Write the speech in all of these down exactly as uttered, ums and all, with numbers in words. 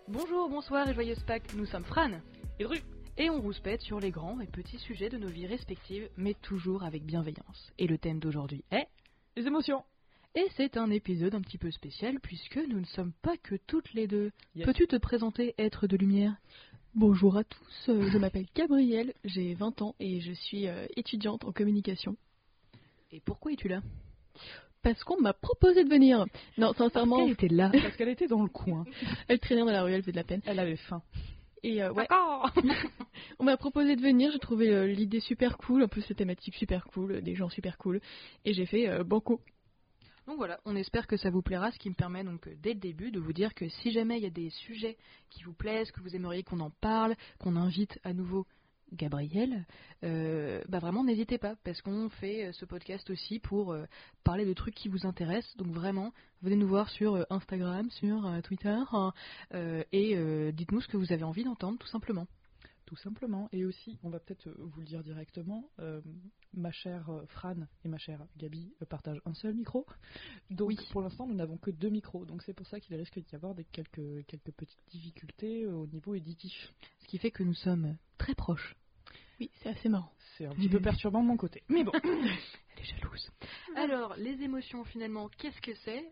Bonjour, bonsoir et joyeuse Pâques, nous sommes Fran et Dru, et on rouspète sur les grands et petits sujets de nos vies respectives, mais toujours avec bienveillance. Et le thème d'aujourd'hui est les émotions. Et c'est un épisode un petit peu spécial puisque nous ne sommes pas que toutes les deux. Yes. Peux-tu te présenter, être de lumière? Bonjour à tous, euh, je m'appelle Gabrielle, j'ai vingt ans et je suis euh, étudiante en communication. Et pourquoi es-tu là? Parce qu'on m'a proposé de venir. Non, sincèrement, Parce qu'elle était là. Parce qu'elle était dans le coin. elle traînait dans la rue, elle faisait de la peine. Elle avait faim. Et euh, ouais, D'accord. on m'a proposé de venir, j'ai trouvé euh, l'idée super cool, en plus la thématique super cool, euh, des gens super cool, et j'ai fait euh, banco. Donc voilà, on espère que ça vous plaira, ce qui me permet donc euh, dès le début de vous dire que si jamais il y a des sujets qui vous plaisent, que vous aimeriez qu'on en parle, qu'on invite à nouveau Gabrielle, euh, bah vraiment n'hésitez pas, parce qu'on fait euh, ce podcast aussi pour euh, parler de trucs qui vous intéressent, donc vraiment venez nous voir sur euh, Instagram, sur euh, Twitter, euh, et euh, dites-nous ce que vous avez envie d'entendre tout simplement. Tout simplement. Et aussi, on va peut-être vous le dire directement, euh, ma chère euh, Fran et ma chère Gabi euh, partagent un seul micro. Donc Oui. pour l'instant, nous n'avons que deux micros. Donc c'est pour ça qu'il risque d'y avoir des quelques, quelques petites difficultés euh, au niveau éditif. Ce qui fait que nous sommes très proches. Oui, c'est assez marrant. C'est un petit peu perturbant de mon côté. Mais bon. Elle est jalouse. Alors, les émotions, finalement, qu'est-ce que c'est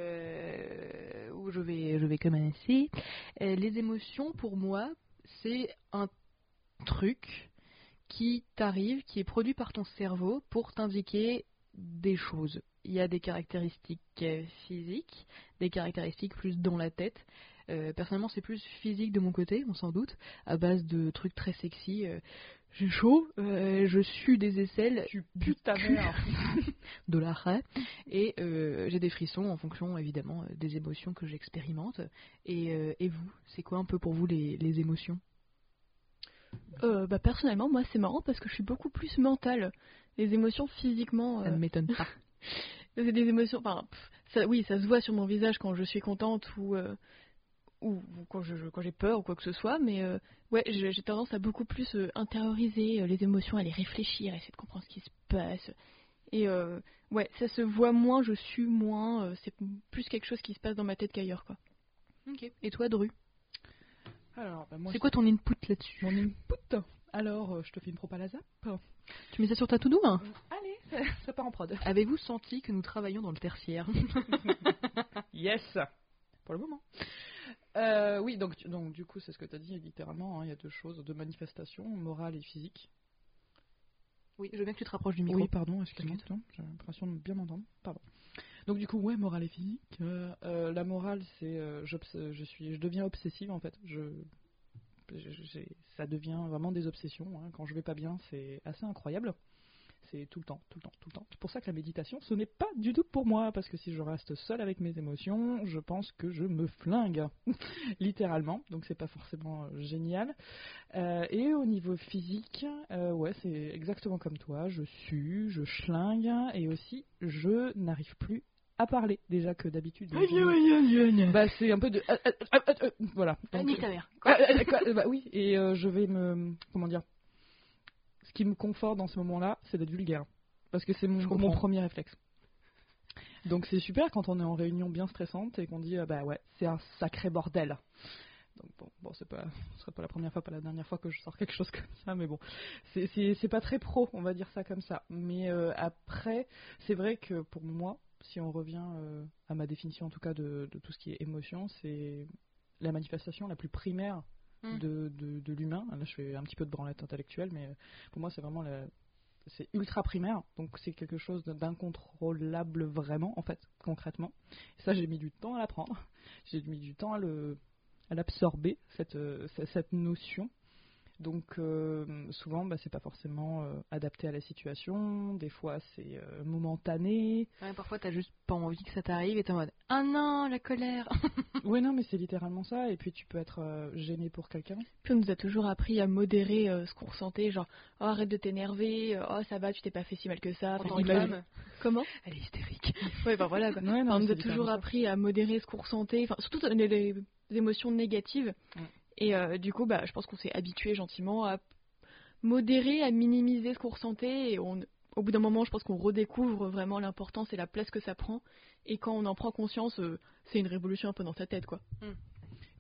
euh, où je vais, je vais commencer. Euh, les émotions, pour moi, c'est un truc qui t'arrive, qui est produit par ton cerveau pour t'indiquer des choses. Il y a des caractéristiques euh, physiques, des caractéristiques plus dans la tête. Euh, personnellement, c'est plus physique de mon côté, on s'en doute, à base de trucs très sexy. Euh, j'ai chaud, euh, je sue des aisselles, Tu pues ta mère. de la raie, et euh, j'ai des frissons en fonction évidemment euh, des émotions que j'expérimente. Et, euh, et vous, c'est quoi un peu pour vous les, les émotions? Euh, bah, personnellement, moi c'est marrant parce que je suis beaucoup plus mentale. Les émotions physiquement... Ça ne euh, m'étonne pas. c'est des émotions... Enfin, pff, ça, oui, ça se voit sur mon visage quand je suis contente ou... euh, ou ou quand je, je- quand j'ai peur ou quoi que ce soit, mais euh, ouais, j'ai j'ai tendance à beaucoup plus euh, intérioriser euh, les émotions, à les réfléchir, à essayer de comprendre ce qui se passe. Et euh, ouais, ça se voit moins, je suis moins, euh, c'est plus quelque chose qui se passe dans ma tête qu'ailleurs, quoi. Ok. Et toi, Dru, Alors, bah, moi, c'est quoi ton input là-dessus? mon input? Alors, euh, je te fais une propale à la zap. Tu mets ça sur ta to-do, hein? Allez, ça, ça part en prod. Avez-vous senti que nous travaillons dans le tertiaire? Yes. Pour le moment. Euh, oui, donc, tu- donc du coup, c'est ce que tu as dit littéralement. hein, Il y a deux choses, deux manifestations, morale et physique. Oui, je veux bien que tu te rapproches du micro. Oui, pardon, excuse-moi. attends, J'ai l'impression de bien m'entendre. Pardon. Donc du coup, ouais, morale et physique. Euh, euh, la morale, c'est, euh, j'obs- je suis, je deviens obsessive en fait. Je, je- j'ai- ça devient vraiment des obsessions. hein. Quand je vais pas bien, c'est assez incroyable. C'est tout le temps, tout le temps, tout le temps. C'est pour ça que la méditation, ce n'est pas du tout pour moi, parce que si je reste seule avec mes émotions, je pense que je me flingue, littéralement. Donc c'est pas forcément euh, génial. Euh, et au niveau physique, euh, ouais, c'est exactement comme toi. Je sue, je schlingue, et aussi je n'arrive plus à parler. Déjà que d'habitude, je- bah c'est un peu de, euh, euh, euh, euh, euh, voilà. Ah, Donc, nique ta mère. ah, euh, quoi, euh, bah oui, et euh, je vais me, comment dire. Ce qui me conforte dans ce moment-là, c'est d'être vulgaire. Parce que c'est mon, Je mon comprends. premier réflexe. Donc c'est super quand on est en réunion bien stressante et qu'on dit euh, bah ouais, c'est un sacré bordel. Donc bon, bon c'est pas, ce serait pas la première fois, pas la dernière fois que je sors quelque chose comme ça, mais bon, c'est, c'est, c'est pas très pro, on va dire ça comme ça. Mais euh, après, c'est vrai que pour moi, si on revient euh, à ma définition en tout cas de, de tout ce qui est émotion, c'est la manifestation la plus primaire Mm. de, de, de l'humain. Là, je fais un petit peu de branlette intellectuelle, mais euh, pour moi, c'est vraiment la, c'est ultra primaire. Donc, c'est quelque chose d'incontrôlable vraiment, en fait, concrètement. Et ça, j'ai mis du temps à l'apprendre. J'ai mis du temps à le, à l'absorber cette, euh, cette, cette notion. Donc, euh, souvent, bah, c'est pas forcément euh, adapté à la situation. Des fois, c'est euh, momentané. Ouais, parfois, t'as juste pas envie que ça t'arrive et t'es en mode ah non, la colère. Ouais, non, mais c'est littéralement ça. Et puis, tu peux être euh, gêné pour quelqu'un. Puis on nous a toujours appris à modérer euh, ce qu'on ressentait, genre oh, arrête de t'énerver, euh, oh ça va, tu t'es pas fait si mal que ça. En Enfin, tant que imagine- femme, Comment elle est hystérique. Ouais, bah voilà. Quoi. Ouais, non, Enfin, on nous c'est a toujours littéralement ça. appris à modérer ce qu'on ressentait, enfin surtout dans les, les émotions négatives. Mm. Et euh, du coup, bah, je pense qu'on s'est habitué gentiment à modérer, à minimiser ce qu'on ressentait. Et on, au bout d'un moment, je pense qu'on redécouvre vraiment l'importance et la place que ça prend. Et quand on en prend conscience, euh, c'est une révolution un peu dans sa tête, quoi.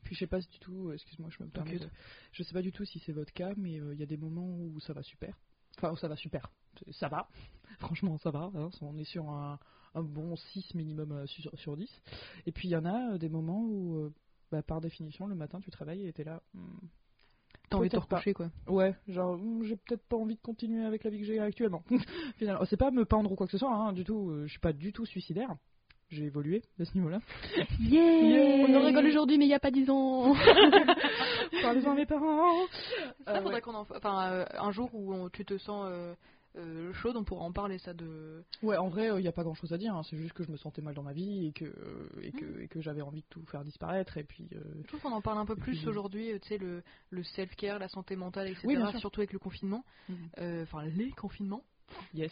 Puis je sais pas du tout, excuse-moi, je me permets. T'inquiète. De... Je sais pas du tout si c'est votre cas, mais il euh, y a des moments où ça va super. Enfin, où ça va super. Ça va. Franchement, ça va. Hein. On est sur un, un bon six minimum euh, sur, sur dix. Et puis il y en a euh, des moments où, euh, bah, par définition, le matin tu travailles et t'es là. Hmm, T'as envie de te peut-être pas. recoucher, quoi. Ouais, genre, hmm, j'ai peut-être pas envie de continuer avec la vie que j'ai actuellement. Finalement, c'est pas me pendre ou quoi que ce soit, hein, du tout. Euh, je suis pas du tout suicidaire. J'ai évolué de ce niveau-là. Yeah, Yeah. On en rigole aujourd'hui, mais il y a pas dix ans. Parlez-en à mes parents. Ça, Euh, faudrait ouais. qu'on en... Enfin, euh, un jour où on- tu te sens euh, euh, chaude, on pourra en parler, ça, de... Ouais, en vrai, il n'y a pas grand-chose à dire. Hein. C'est juste que je me sentais mal dans ma vie et que, euh, et que, et que j'avais envie de tout faire disparaître. Et puis, euh, Je trouve qu'on en parle un peu Et plus puis- aujourd'hui, euh, tu sais, le, le self-care, la santé mentale, et cetera. Oui, bien sûr. Surtout avec le confinement. Mhm. Euh, Enfin, les confinements. yes.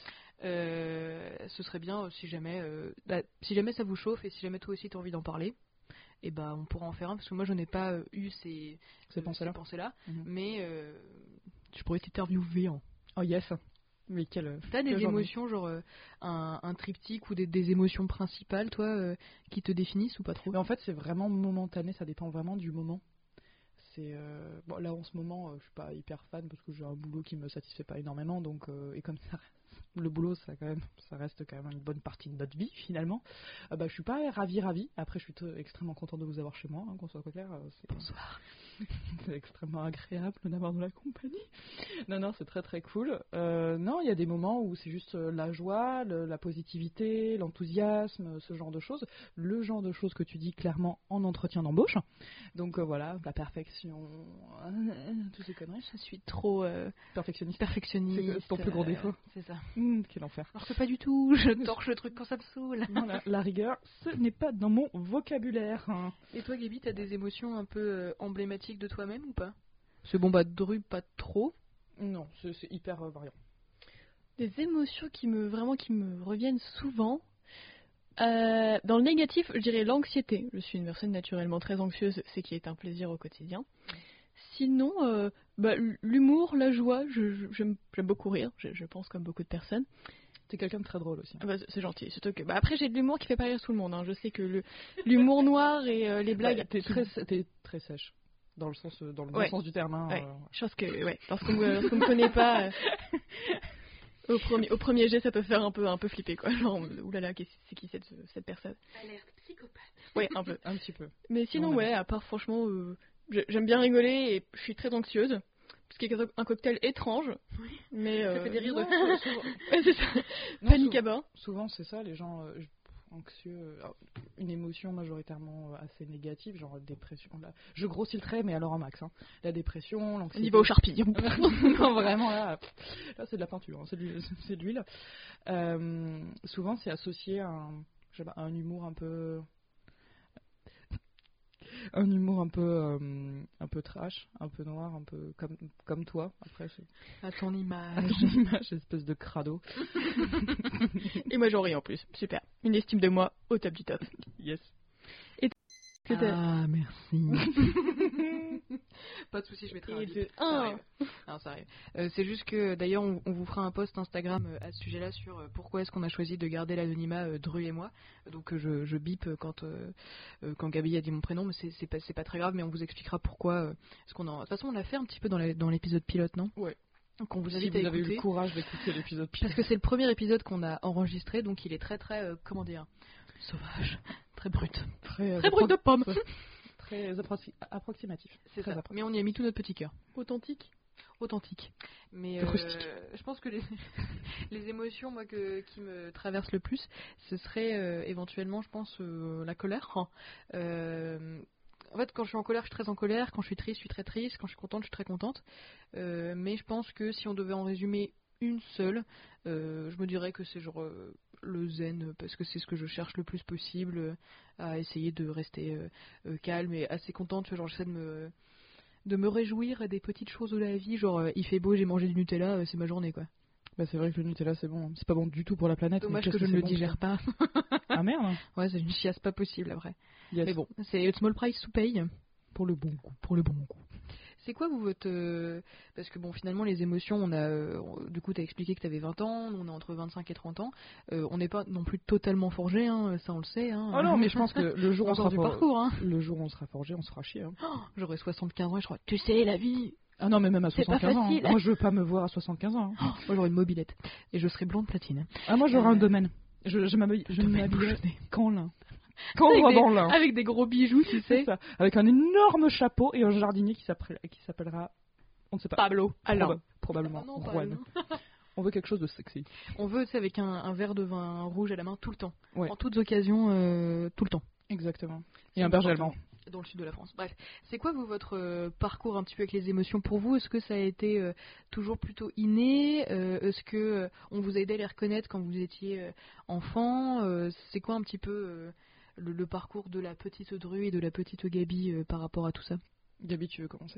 Euh, ce serait bien euh, si jamais, euh, bah, si jamais ça vous chauffe et si jamais toi aussi tu as envie d'en parler, et bah on pourra en faire un parce que moi je n'ai pas euh, eu ces, Ces euh, pensées-là. pensées-là, Mhm. mais euh, je pourrais t'interviewer. Hein. Oh yes. Mais quel. T'as des quel genre de- émotions, genre euh, un, un triptyque ou des, des émotions principales, toi, euh, qui te définissent ou pas trop? Mais en fait, c'est vraiment momentané. Ça dépend vraiment du moment. C'est euh, bon, là en ce moment, euh, je suis pas hyper fan parce que j'ai un boulot qui me satisfait pas énormément. Donc, euh, et comme ça, le boulot, ça quand même, ça reste quand même une bonne partie de notre vie finalement. Euh, bah, je suis pas ravie, ravie. Après, je suis t- extrêmement content de vous avoir chez moi, hein, qu'on soit clair. euh, c'est- Bonsoir. C'est extrêmement agréable d'avoir de la compagnie. Non, non, c'est très très cool. Euh, non, il y a des moments où c'est juste euh, la joie, le- la positivité, l'enthousiasme, ce genre de choses. Le genre de choses que tu dis clairement en entretien d'embauche. Donc euh, voilà, la perfection, euh, toutes ces conneries. Je suis trop euh, Perfectionniste. perfectionniste. C'est ton plus gros euh, défaut. C'est ça. Hum, quel enfer. Alors que pas du tout, je torche le truc quand ça me saoule. Non, la, la rigueur, ce n'est pas dans mon vocabulaire. hein. Et toi, Gaby, t'as des émotions un peu euh, emblématiques de toi-même ou pas? C'est bon, bah, Dru, pas trop. Non, c'est c'est hyper euh, variant. Des émotions qui me vraiment qui me reviennent souvent. Euh, dans le négatif, je dirais l'anxiété. Je suis une personne naturellement très anxieuse, ce qui est un plaisir au quotidien. Sinon, euh, bah, l'humour, la joie, je- je- j'aime j'aime beaucoup rire, je, je pense comme beaucoup de personnes. T'es quelqu'un de très drôle aussi. Ah bah, c'est gentil, surtout que bah, après j'ai de l'humour qui fait pas rire tout le monde. hein. Je sais que le- l'humour noir et euh, les blagues, Ouais, t'es qui- très, t'es très sèche. Dans le sens, euh, dans le bon Ouais. sens du terme. Hein, Ouais. euh, je pense que ouais, lorsqu'on me, lorsqu'on me connaît pas, euh, au premier au premier jet, ça peut faire un peu un peu flipper quoi. Genre oulala, qu'est-ce- c'est qui cette cette personne? Alerte psychopathe. Ouais, un peu. un petit peu. Mais sinon, Non, ouais, à part franchement, euh, j'ai- j'aime bien rigoler et je suis très anxieuse. Ce qui est un cocktail étrange. Mais. Ça euh, fait des rires de- Non, sou- souvent, Ouais, c'est ça. non, Panique sou- à bord. souvent, c'est ça, les gens euh, anxieux, euh, alors, une émotion majoritairement euh, assez négative, genre dépression. Là. Je grossis le trait, mais alors en max. Hein. La dépression, On l'anxiété. y va au charpie. non, vraiment, là, pff, là c'est de la peinture, hein, c'est de l'huile. c'est de l'huile. Euh, souvent, c'est associé à un, je sais pas, à un humour un peu. Un humour un peu, euh, un peu trash, un peu noir, un peu comme, comme toi. Après, c'est À ton à image. ton image, espèce de crado. Et moi, j'en ris en plus. Super. Une estime de moi au top du top. Yes. C'était. Ah, merci. Pas de soucis, je mettrai un Et bip. de Ça un. arrive. Non, ça arrive. Euh, c'est juste que d'ailleurs, on, on vous fera un post Instagram euh, à ce sujet-là sur euh, pourquoi est-ce qu'on a choisi de garder l'anonymat euh, Dru et moi. Donc euh, je, je bip euh, quand euh, euh, quand Gaby a dit mon prénom, mais c'est, c'est pas c'est pas très grave, mais on vous expliquera pourquoi. Euh, ce qu'on en... De toute façon, on l'a fait un petit peu dans, la- dans l'épisode pilote, non? Ouais. Donc on vous Si invite vous à avez eu écouter. le courage d'écouter l'épisode pilote. Parce que c'est le premier épisode qu'on a enregistré, donc il est très très euh, comment dire, sauvage, très brut, très, très brut de pomme. Très approxi- approximatif. C'est Très ça. appro- Mais on y a mis tout notre petit cœur. Authentique. Authentique. Mais euh, Rustique. je pense que les, les émotions moi, que, qui me traversent le plus, ce serait euh, éventuellement, je pense, euh, la colère. Euh, en fait, quand je suis en colère, je suis très en colère. Quand je suis triste, je suis très triste. Quand je suis contente, je suis très contente. Euh, mais je pense que si on devait en résumer une seule, euh, je me dirais que c'est genre euh, le zen, parce que c'est ce que je cherche le plus possible, euh, à essayer de rester euh, euh, calme et assez contente. Tu vois, genre j'essaie de me de me réjouir des petites choses de la vie, genre euh, il fait beau, j'ai mangé du Nutella, euh, c'est ma journée quoi. Bah, c'est vrai que le Nutella c'est bon. C'est pas bon du tout pour la planète. mais Dommage qu'est-ce que je ne c'est le bon, digère pas. ça. Ah merde. Ouais, c'est une chiasse pas possible après. Yes. Mais bon, c'est small price sous paye Pour le bon goût. pour le bon goût. c'est quoi vous votre euh, parce que bon finalement les émotions on a euh, on- du coup t'as expliqué que t'avais vingt ans, nous on est entre vingt-cinq et trente ans, euh, on n'est pas non plus totalement forgé hein, ça on le sait hein. Oh non, mais je pense que le jour où on Encore sera du for- parcours hein. le jour où on sera forgé, on se fera chier. Hein. Oh, j'aurais soixante-quinze ans et je crois tu sais la vie. Ah non, mais même à C'est pas soixante-quinze ans. facile. Hein. Moi, je veux pas me voir à soixante-quinze ans. Hein. Oh, moi j'aurais une mobilette et je serais blonde platine. Ah, moi, j'aurai Euh, un domaine. Je, je m'habille- je domaine m'habillerai bouchonné. qu'en lin. Qu'en Avec des- dans lin. Avec des gros bijoux tu C'est sais. ça. Avec un énorme chapeau et un jardinier qui s'appelle- qui s'appellera. On ne sait pas. Pablo. Proba- Alors. probablement. Ah non, pas Juan. Alain. On veut quelque chose de sexy. On veut tu sais avec un, un verre de vin rouge à la main tout le temps. Ouais. En toutes occasions euh, tout le temps. Exactement. C'est Et un berger important. allemand. Dans le sud de la France. Bref, c'est quoi vous, votre euh, parcours un petit peu avec les émotions pour vous? Est-ce que ça a été euh, toujours plutôt inné? Euh, Est-ce que euh, on vous a aidé à les reconnaître quand vous étiez euh, enfant? Euh, C'est quoi un petit peu euh, le, le parcours de la petite Dru et de la petite Gabi euh, par rapport à tout ça? Gabi, tu veux commencer?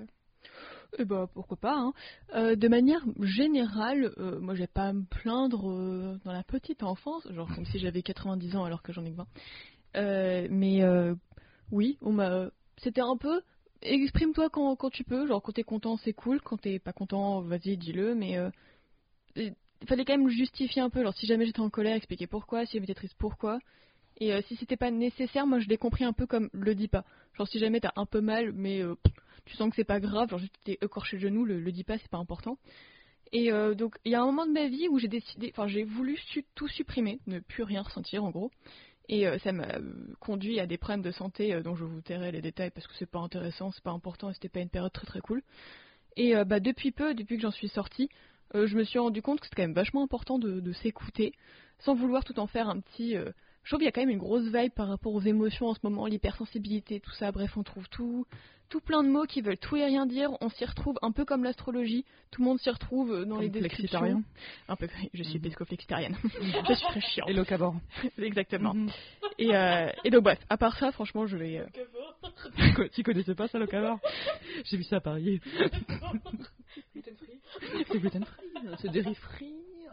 Eh ben, pourquoi pas. Hein. Euh, de manière générale, euh, moi, j'ai pas à me plaindre euh, dans la petite enfance, genre comme si j'avais quatre-vingt-dix ans alors que j'en ai que vingt. Euh, mais euh, oui, on m'a. C'était un peu. Exprime-toi quand, quand tu peux, genre quand t'es content, c'est cool. Quand t'es pas content, vas-y, dis-le. Mais euh, il fallait quand même justifier un peu. Genre, si jamais j'étais en colère, expliquer pourquoi. Si j'étais triste, pourquoi. Et euh, si c'était pas nécessaire, moi, je l'ai compris un peu comme le dis pas. Genre, si jamais t'as un peu mal, mais euh, tu sens que c'est pas grave, genre juste t'es écorché le genou, le, le dis pas, c'est pas important. Et euh, donc il y a un moment de ma vie où j'ai décidé, enfin j'ai voulu su- tout supprimer, ne plus rien ressentir en gros. Et euh, ça m'a euh, conduit à des problèmes de santé euh, dont je vous tairai les détails parce que c'est pas intéressant, c'est pas important et c'était pas une période très très cool. Et euh, bah depuis peu, depuis que j'en suis sortie, euh, je me suis rendu compte que c'est quand même vachement important de, de s'écouter, sans vouloir tout en faire un petit. Euh, je trouve qu'il y a quand même une grosse vibe par rapport aux émotions en ce moment, l'hypersensibilité, tout ça. Bref, on trouve tout, tout plein de mots qui veulent tout et rien dire. On s'y retrouve un peu comme l'astrologie. Tout le monde s'y retrouve euh, dans Comme les descriptions. flexitarien. Un peu. Je suis Mhm. pesco-flexitarienne. Je suis très chiante. Et le cabor. Exactement. Mhm. Et, euh, et donc bref, à part ça, franchement, je vais. euh, Tu co- Tu connaissais pas ça, le cabor? J'ai vu ça à Paris. C'est gluten free. C'est dairy free.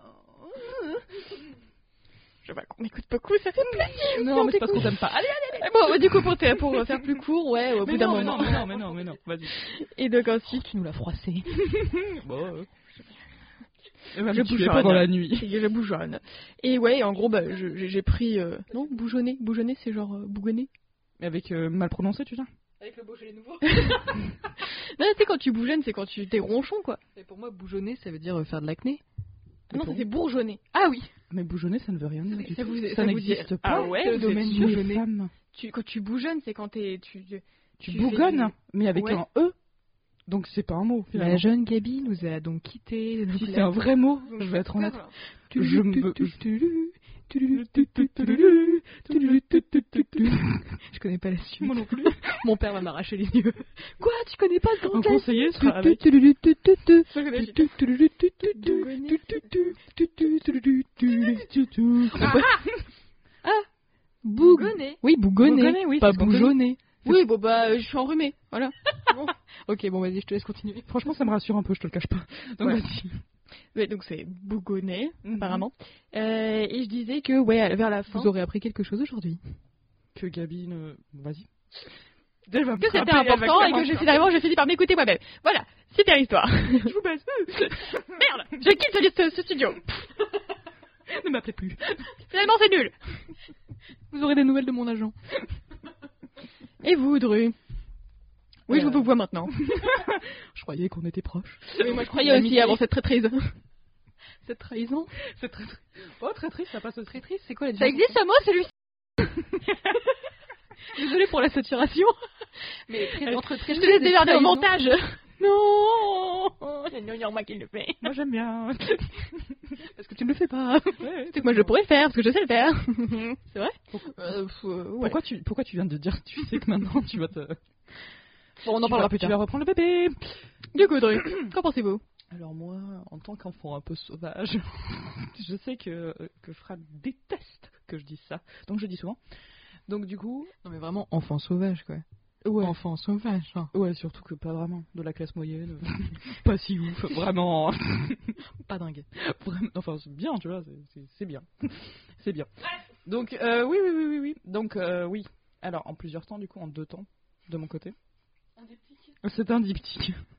Je vois qu'on écoute beaucoup, ça fait plaisir. Non, mais c'est parce qu'on t'aime pas. Allez, Euh, Bon, bah, du coup, pour, te- pour faire plus court, ouais, au bout mais d'un non, mais moment. non, mais non, mais non, mais non, vas-y. Et donc ensuite, Tu nous l'as froissé. Bon, euh. Elle va Je me tuer bouge pendant rien. la nuit. je bougeonne. Et ouais, en gros, bah, je- j'ai j'ai pris. euh, Non, bougeonner. Bougeonner, c'est genre euh, bougonner. Mais avec euh, mal prononcé, tu dis? Avec le Beaujolais nouveau. Non, tu sais, quand tu bougeonnes, c'est quand tu t'es ronchon, quoi. Et pour moi, bougeonner, ça veut dire euh, faire de l'acné. Ah non, pour ça c'est bourgeonner. Ah oui. Mais bougeonner, ça ne veut rien dire du Ça tout. vous- Ça, ça vous n'existe dit- pas. Ah ouais, c'est le vous domaine êtes des bougeonner. femmes. Tu, quand tu bougeonnes, c'est quand t'es. Tu, tu, Tu tu bougonnes, fais mais avec Ouais. un E. Donc c'est pas un mot, finalement. La jeune Gabi nous a donc quitté. Si c'est un vrai mot, je vais être honnête. Je me veux- Je connais pas la suite. Moi non plus. Mon père va m'arracher les yeux. Quoi? Tu connais pas ce Un grand classique? conseiller sera avec. Ah, Bougonner. Oui, bougonner. Bougonner, oui, pas c'est ce qu'on te dit. bougeonner. Oui, bon bah, euh, je suis enrhumée. Voilà. Ok, bon, vas-y, je te laisse continuer. Franchement, ça me rassure un peu, je te le cache pas. Donc Ouais. vas-y. Ouais, donc c'est bougonner, Mhm. apparemment. Euh, et je disais que, ouais, vers la fin. Vous aurez appris quelque chose aujourd'hui. Que Gabi ne. Vas-y. Que c'était important et que je, finalement je finis par m'écouter moi-même. Voilà, super histoire. Je vous baisse. Merde, je quitte ce, ce studio. Ne m'appelez plus. Finalement c'est nul. Vous aurez des nouvelles de mon agent. Et vous, Dru? Oui, je Euh. vous vois maintenant. Je croyais qu'on était proches. Oui, moi je croyais aussi avant cette traîtrise. Cette trahison. C'est très très. Oh, très triste, ça passe Très triste, c'est quoi la Ça différence? existe ce mot, celui-ci? Désolée pour la saturation. Mais très, entre très Je te laisse démerder au trahison- montage. Non. C'est Gnognon moi qui le fait. Moi j'aime bien. Parce que tu ne le fais pas. Ouais, C'est que moi je pourrais le faire parce que je sais le faire. C'est vrai? Euh, pff, euh, ouais. Pourquoi tu pourquoi tu viens de dire tu sais que maintenant tu vas te. Bon, on en tu parlera vas- plus Tu tard. vas reprendre le bébé. Du coup, Dru, qu'en pensez-vous? Alors moi, en tant qu'enfant un peu sauvage, je sais que que Fran déteste que je dise ça, donc je dis souvent. Donc du coup, Non, mais vraiment, enfant sauvage, quoi. ouais, Enfant sauvage. hein. ouais, surtout que pas vraiment de la classe moyenne, pas si ouf, vraiment, Pas dingue. vraiment, enfin c'est bien, tu vois, c'est- c'est c'est bien, c'est bien. Donc euh, oui, oui, oui, oui, oui. Donc euh, oui. Alors en plusieurs temps, du coup, en deux temps, de mon côté. C'est un diptyque.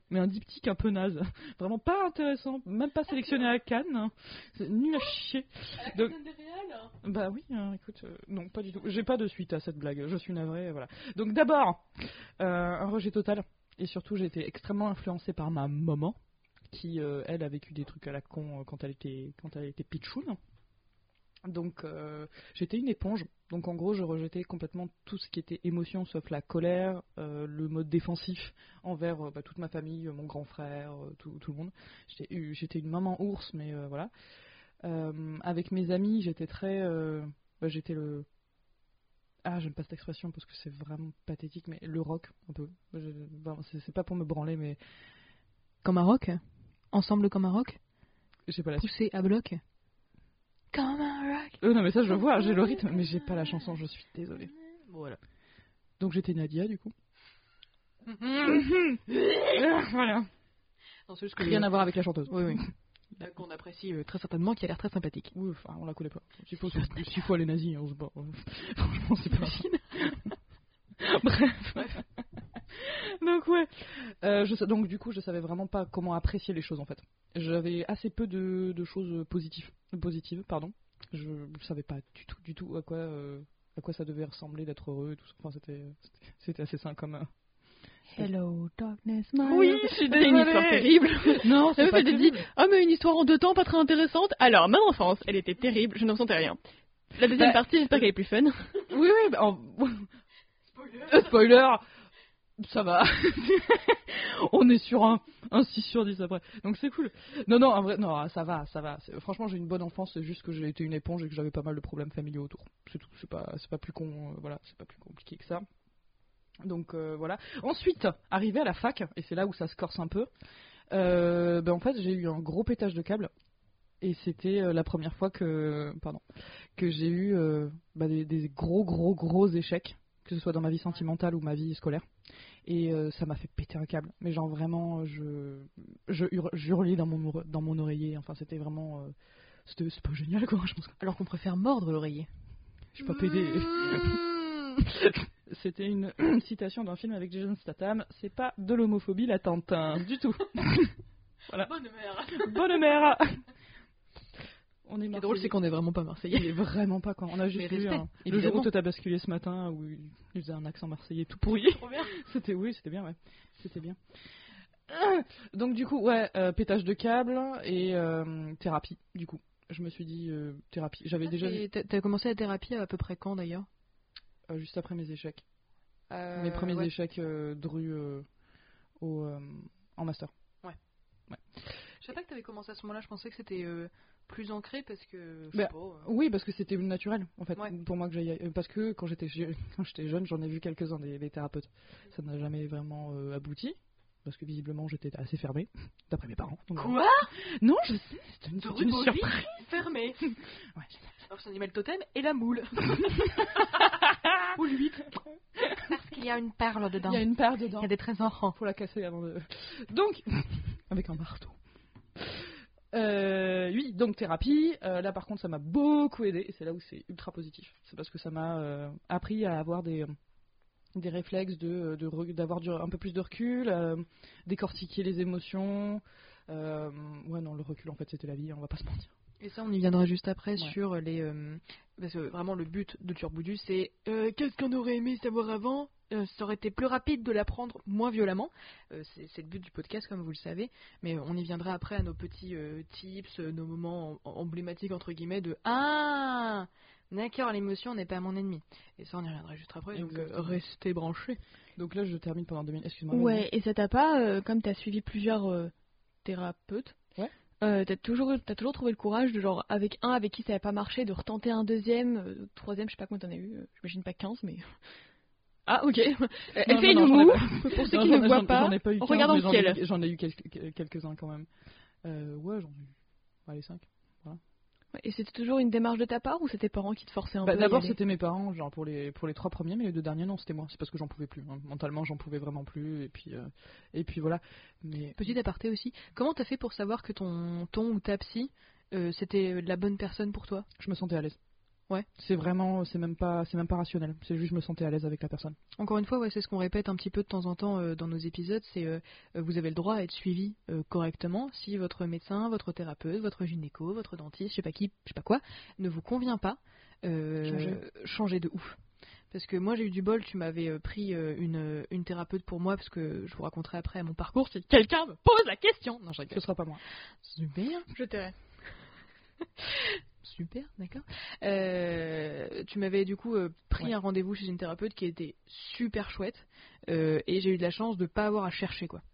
mais un diptyque un peu naze. Vraiment pas intéressant, même pas sélectionné à Cannes. C'est nul à chier. Donc, bah oui, hein, écoute, euh, non, pas du tout. J'ai pas de suite à cette blague, je suis navrée, voilà. Donc d'abord, euh, un rejet total. Et surtout, j'ai été extrêmement influencée par ma maman, qui, euh, elle, a vécu des trucs à la con euh, quand elle était, quand elle était pitchoun. Donc, euh, j'étais une éponge. Donc, en gros, je rejetais complètement tout ce qui était émotion, sauf la colère, euh, le mode défensif envers euh, bah, toute ma famille, euh, mon grand frère, euh, tout, tout le monde. J'étais, j'étais une maman ours, mais euh, voilà. Euh, avec mes amis, j'étais très... Euh, bah, j'étais le... Ah, j'aime pas cette expression parce que c'est vraiment pathétique, mais le rock, un peu. Je, bah, c'est, c'est pas pour me branler, mais... Comme un rock. Ensemble comme un rock. J'ai pas la suite. Poussé à bloc. Comme un rock. Euh, non, mais ça, je le vois, j'ai le rythme, mais j'ai pas la chanson, je suis désolée. Voilà. Donc, j'étais Nadia, du coup. Voilà. Non, c'est juste que Rien à voir avec la chanteuse. Oui, oui. Là, qu'on apprécie euh, très certainement, qui a l'air très sympathique. Oui, enfin, on la connaît pas. S'il faut, s'il faut aller nazi, on se bat. Franchement, c'est pas Bref. Bref. Donc, ouais. Euh, je, donc, du coup, je savais vraiment pas comment apprécier les choses, en fait. J'avais assez peu de, de choses positives. Positives, pardon. Je, je savais pas du tout, du tout à quoi, euh, à quoi ça devait ressembler d'être heureux et tout ça. Enfin, c'était, c'était, c'était assez sain comme... Euh, Hello, darkness, my Oui, love. je suis C'est une histoire terrible. Non, c'est Elle pas me dit, terrible. ah mais une histoire en deux temps, pas très intéressante. Alors, ma enfance, elle était terrible, je n'en sentais rien. La deuxième Bah, partie, j'espère qu'elle est plus fun. Oui, oui, bah, en... Spoiler. Spoiler. Ça va. On est sur un, un six sur dix après. Donc c'est cool. Non, non, en vrai, non, ça va, ça va. C'est- franchement, j'ai une bonne enfance, c'est juste que j'ai été une éponge et que j'avais pas mal de problèmes familiaux autour. C'est tout, c'est pas, c'est pas plus con, euh, voilà, c'est pas plus compliqué que ça. Donc euh, voilà. Ensuite, arrivé à la fac, et c'est là où ça se corse un peu, euh, ben, en fait, j'ai eu un gros pétage de câble. Et c'était euh, la première fois que, pardon, que j'ai eu euh, bah, des, des gros, gros, gros échecs, que ce soit dans ma vie sentimentale ou ma vie scolaire. Et euh, ça m'a fait péter un câble. Mais genre vraiment, je, je, hur- je hurlais dans mon, ore- dans mon oreiller. Enfin, c'était vraiment... euh, c'était, c'est pas génial, quoi. Je pense que Alors qu'on préfère mordre l'oreiller. je suis pas pédé. C'était une, une citation d'un film avec Jason Statham. C'est pas de l'homophobie latente, hein, du tout. Voilà. Bonne mère. Bonne mère. On est Ce qui est drôle, c'est qu'on est vraiment pas marseillais. Il est vraiment pas quand on a juste Mais vu respect, un- le jour évidemment. où toi t'as basculé ce matin où il il faisait un accent marseillais tout pourri. Trop bien. C'était oui, c'était bien, ouais. C'était bien. Euh, Donc du coup, ouais, euh, pétage de câble et euh, thérapie. Du coup, je me suis dit euh, thérapie. J'avais déjà vu Et t'as t'as commencé la thérapie à peu près quand d'ailleurs euh, juste après mes échecs, Euh, mes premiers ouais. échecs euh, Dru euh, au euh, en master. Je savais pas que t'avais commencé à ce moment-là, je pensais que c'était euh, plus ancré parce que. Je Bah, sais pas. euh, Oui, parce que c'était naturel, en fait, Ouais. pour moi que j'aille. euh, Parce que quand j'étais, je- quand j'étais jeune, j'en ai vu quelques-uns des, des thérapeutes. Ça n'a jamais vraiment euh, abouti, parce que visiblement j'étais assez fermée, d'après mes parents. Donc, Quoi non, je sais, c'est une, De c'est une Rubovie surprise. fermé. Ouais, Alors son animal totem et la moule. Ou l'huître. Parce qu'il y a une perle dedans. il y a une paire dedans. Il y a des trésors. Faut la casser avant de. Donc, avec un marteau. Euh, oui, donc thérapie. Euh, là, par contre, ça m'a beaucoup aidé. Et c'est là où c'est ultra positif. C'est parce que ça m'a euh, appris à avoir des, des réflexes de, de re- d'avoir du- un peu plus de recul, euh, décortiquer les émotions. Euh, ouais, non, le recul, en fait, c'était la vie. On va pas se mentir. Et ça, on y viendra juste après Ouais. sur les. euh, parce que vraiment, le but de Turboudu, c'est euh, qu'est-ce qu'on aurait aimé savoir avant. Euh, ça aurait été plus rapide de l'apprendre moins violemment. Euh, c'est, c'est le but du podcast, comme vous le savez. Mais on y viendra après à nos petits euh, tips, euh, nos moments em- emblématiques, entre guillemets, de Ah d'accord, l'émotion n'est pas mon ennemi. Et ça, on y reviendra juste après. Donc, euh, Exactement. restez branchés. Donc là, je termine pendant deux minutes. Excuse-moi. Ouais, et ça t'a pas, euh, comme t'as suivi plusieurs euh, thérapeutes, Ouais. euh, t'as toujours, t'as toujours trouvé le courage de genre avec un avec qui ça n'avait pas marché, de retenter un deuxième, euh, troisième, je sais pas combien t'en as eu, euh, j'imagine pas quinze, mais. Ah ok. Elle Non, fait non, une non, j'en ai moue. pas. Pour ceux Non, qui j'en ne ai- voient j'en- pas, j'en ai pas eu en quinze, regardant mais le j'en ciel. ai, j'en ai eu quelques- quelques-uns quand même. Euh, ouais, j'en ai eu. Allez, cinq. Et c'était toujours une démarche de ta part ou c'était tes parents qui te forçaient un Bah, peu à y d'abord, aller c'était mes parents, genre pour les, pour les trois premiers, mais les deux derniers, non, c'était moi. C'est parce que j'en pouvais plus. Hein. Mentalement, j'en pouvais vraiment plus. Et puis, euh, et puis voilà. Mais Petit aparté aussi. Comment t'as fait pour savoir que ton ton ou ta psy, euh, c'était la bonne personne pour toi? je me sentais à l'aise. Ouais. C'est vraiment, c'est même pas, c'est même pas rationnel. C'est juste je me sentais à l'aise avec la personne. Encore une fois, ouais, c'est ce qu'on répète un petit peu de temps en temps euh, dans nos épisodes, c'est euh, euh, vous avez le droit à être suivi euh, correctement si votre médecin, votre thérapeute, votre gynéco, votre dentiste, je sais pas qui, je sais pas quoi, ne vous convient pas. Euh, Changez. changez de ouf. Parce que moi j'ai eu du bol, tu m'avais euh, pris euh, une, une thérapeute pour moi, parce que je vous raconterai après mon parcours si quelqu'un me pose la question. Non, je rigole. Ce sera pas moi. Super. Je tairai. Super, d'accord. Euh, tu m'avais du coup euh, pris Ouais. un rendez-vous chez une thérapeute qui était super chouette euh, et j'ai eu de la chance de pas avoir à chercher quoi.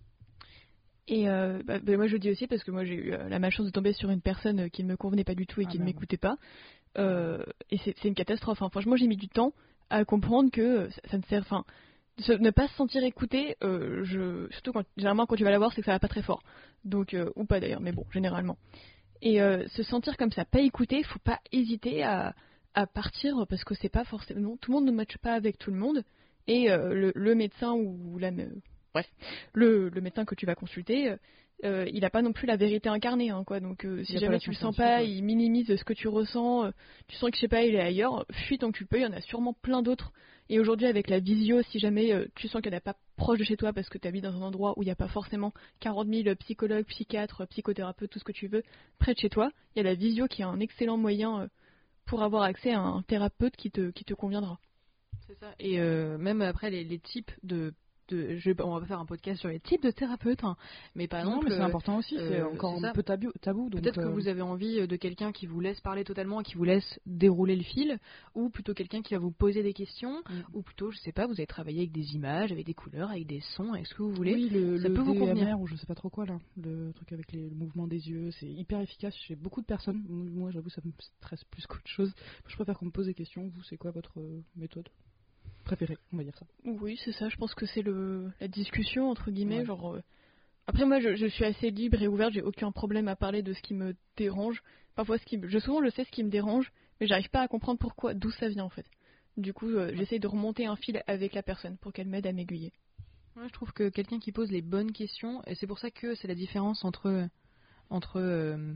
Et euh, bah, bah, moi je le dis aussi parce que moi j'ai eu euh, la malchance de tomber sur une personne euh, qui ne me convenait pas du tout et Ah, qui ne merde. m'écoutait pas. Euh, et c'est, c'est une catastrophe. Hein. Franchement, j'ai mis du temps à comprendre que euh, ça, ça ne sert. Enfin, se- ne pas se sentir écouté, euh, je, surtout quand généralement quand tu vas la voir, c'est que ça va pas très fort. Donc euh, ou pas d'ailleurs, mais bon, généralement. Et euh, se sentir comme ça, pas écouté, faut pas hésiter à, à partir parce que c'est pas forcément tout le monde ne matche pas avec tout le monde. Et euh, le, le médecin ou la bref, le, le médecin que tu vas consulter, euh, il n'a pas non plus la vérité incarnée, hein, quoi. Donc euh, si Il a pas jamais la tu le science sens pas, infuse, ouais. il minimise ce que tu ressens, euh, tu sens que je sais pas, il est ailleurs, fuis tant que tu peux, il y en a sûrement plein d'autres. Et aujourd'hui avec la visio, si jamais euh, tu sens qu'il n'y en a pas proche de chez toi parce que tu habites dans un endroit où il n'y a pas forcément quarante mille psychologues, psychiatres, psychothérapeutes, tout ce que tu veux, près de chez toi, il y a la visio qui est un excellent moyen euh, pour avoir accès à un thérapeute qui te, qui te conviendra. C'est ça. Et euh, même après les, les types de, de je, on va pas faire un podcast sur les types de thérapeutes, hein, mais par Non, exemple, mais c'est important aussi. C'est euh, encore c'est un ça. peu tabou. tabou donc, Peut-être que euh, vous avez envie de quelqu'un qui vous laisse parler totalement et qui vous laisse dérouler le fil, ou plutôt quelqu'un qui va vous poser des questions, Mm. ou plutôt, je sais pas, vous allez travailler avec des images, avec des couleurs, avec des sons, avec ce que vous voulez. Oui, le, ça le peut vous D M R convenir. ou je sais pas trop quoi là, le truc avec les, le mouvement des yeux, c'est hyper efficace chez beaucoup de personnes. Moi, j'avoue, ça me stresse plus qu'autre chose. Je préfère qu'on me pose des questions. Vous, c'est quoi votre euh, méthode préférée, on va dire ça. Oui, c'est ça, je pense que c'est le la discussion entre guillemets, Ouais. genre euh, après moi je, je suis assez libre et ouverte, j'ai aucun problème à parler de ce qui me dérange. Parfois ce qui me- je souvent je sais ce qui me dérange, mais j'arrive pas à comprendre pourquoi, d'où ça vient en fait. Du coup, euh, j'essaie de remonter un fil avec la personne pour qu'elle m'aide à m'aiguiller. Ouais, je trouve que quelqu'un qui pose les bonnes questions, et c'est pour ça que c'est la différence entre entre euh,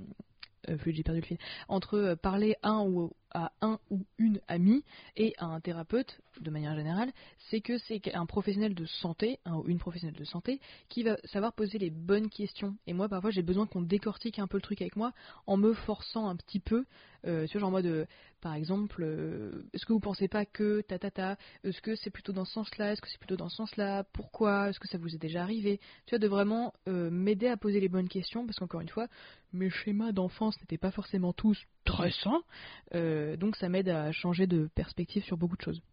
euh, j'ai perdu le fil, entre euh, parler à un ou à un ou une amie et à un thérapeute de manière générale, c'est que c'est un professionnel de santé, un ou une professionnelle de santé qui va savoir poser les bonnes questions. Et moi parfois j'ai besoin qu'on décortique un peu le truc avec moi en me forçant un petit peu, euh, tu vois, genre en mode euh, par exemple, euh, est-ce que vous pensez pas que ta ta ta, est-ce que c'est plutôt dans ce sens-là, est-ce que c'est plutôt dans ce sens-là, pourquoi, est-ce que ça vous est déjà arrivé, tu vois, de vraiment euh, m'aider à poser les bonnes questions, parce qu'encore une fois, mes schémas d'enfance n'étaient pas forcément tous très sains, euh, donc ça m'aide à changer de perspective sur beaucoup de choses.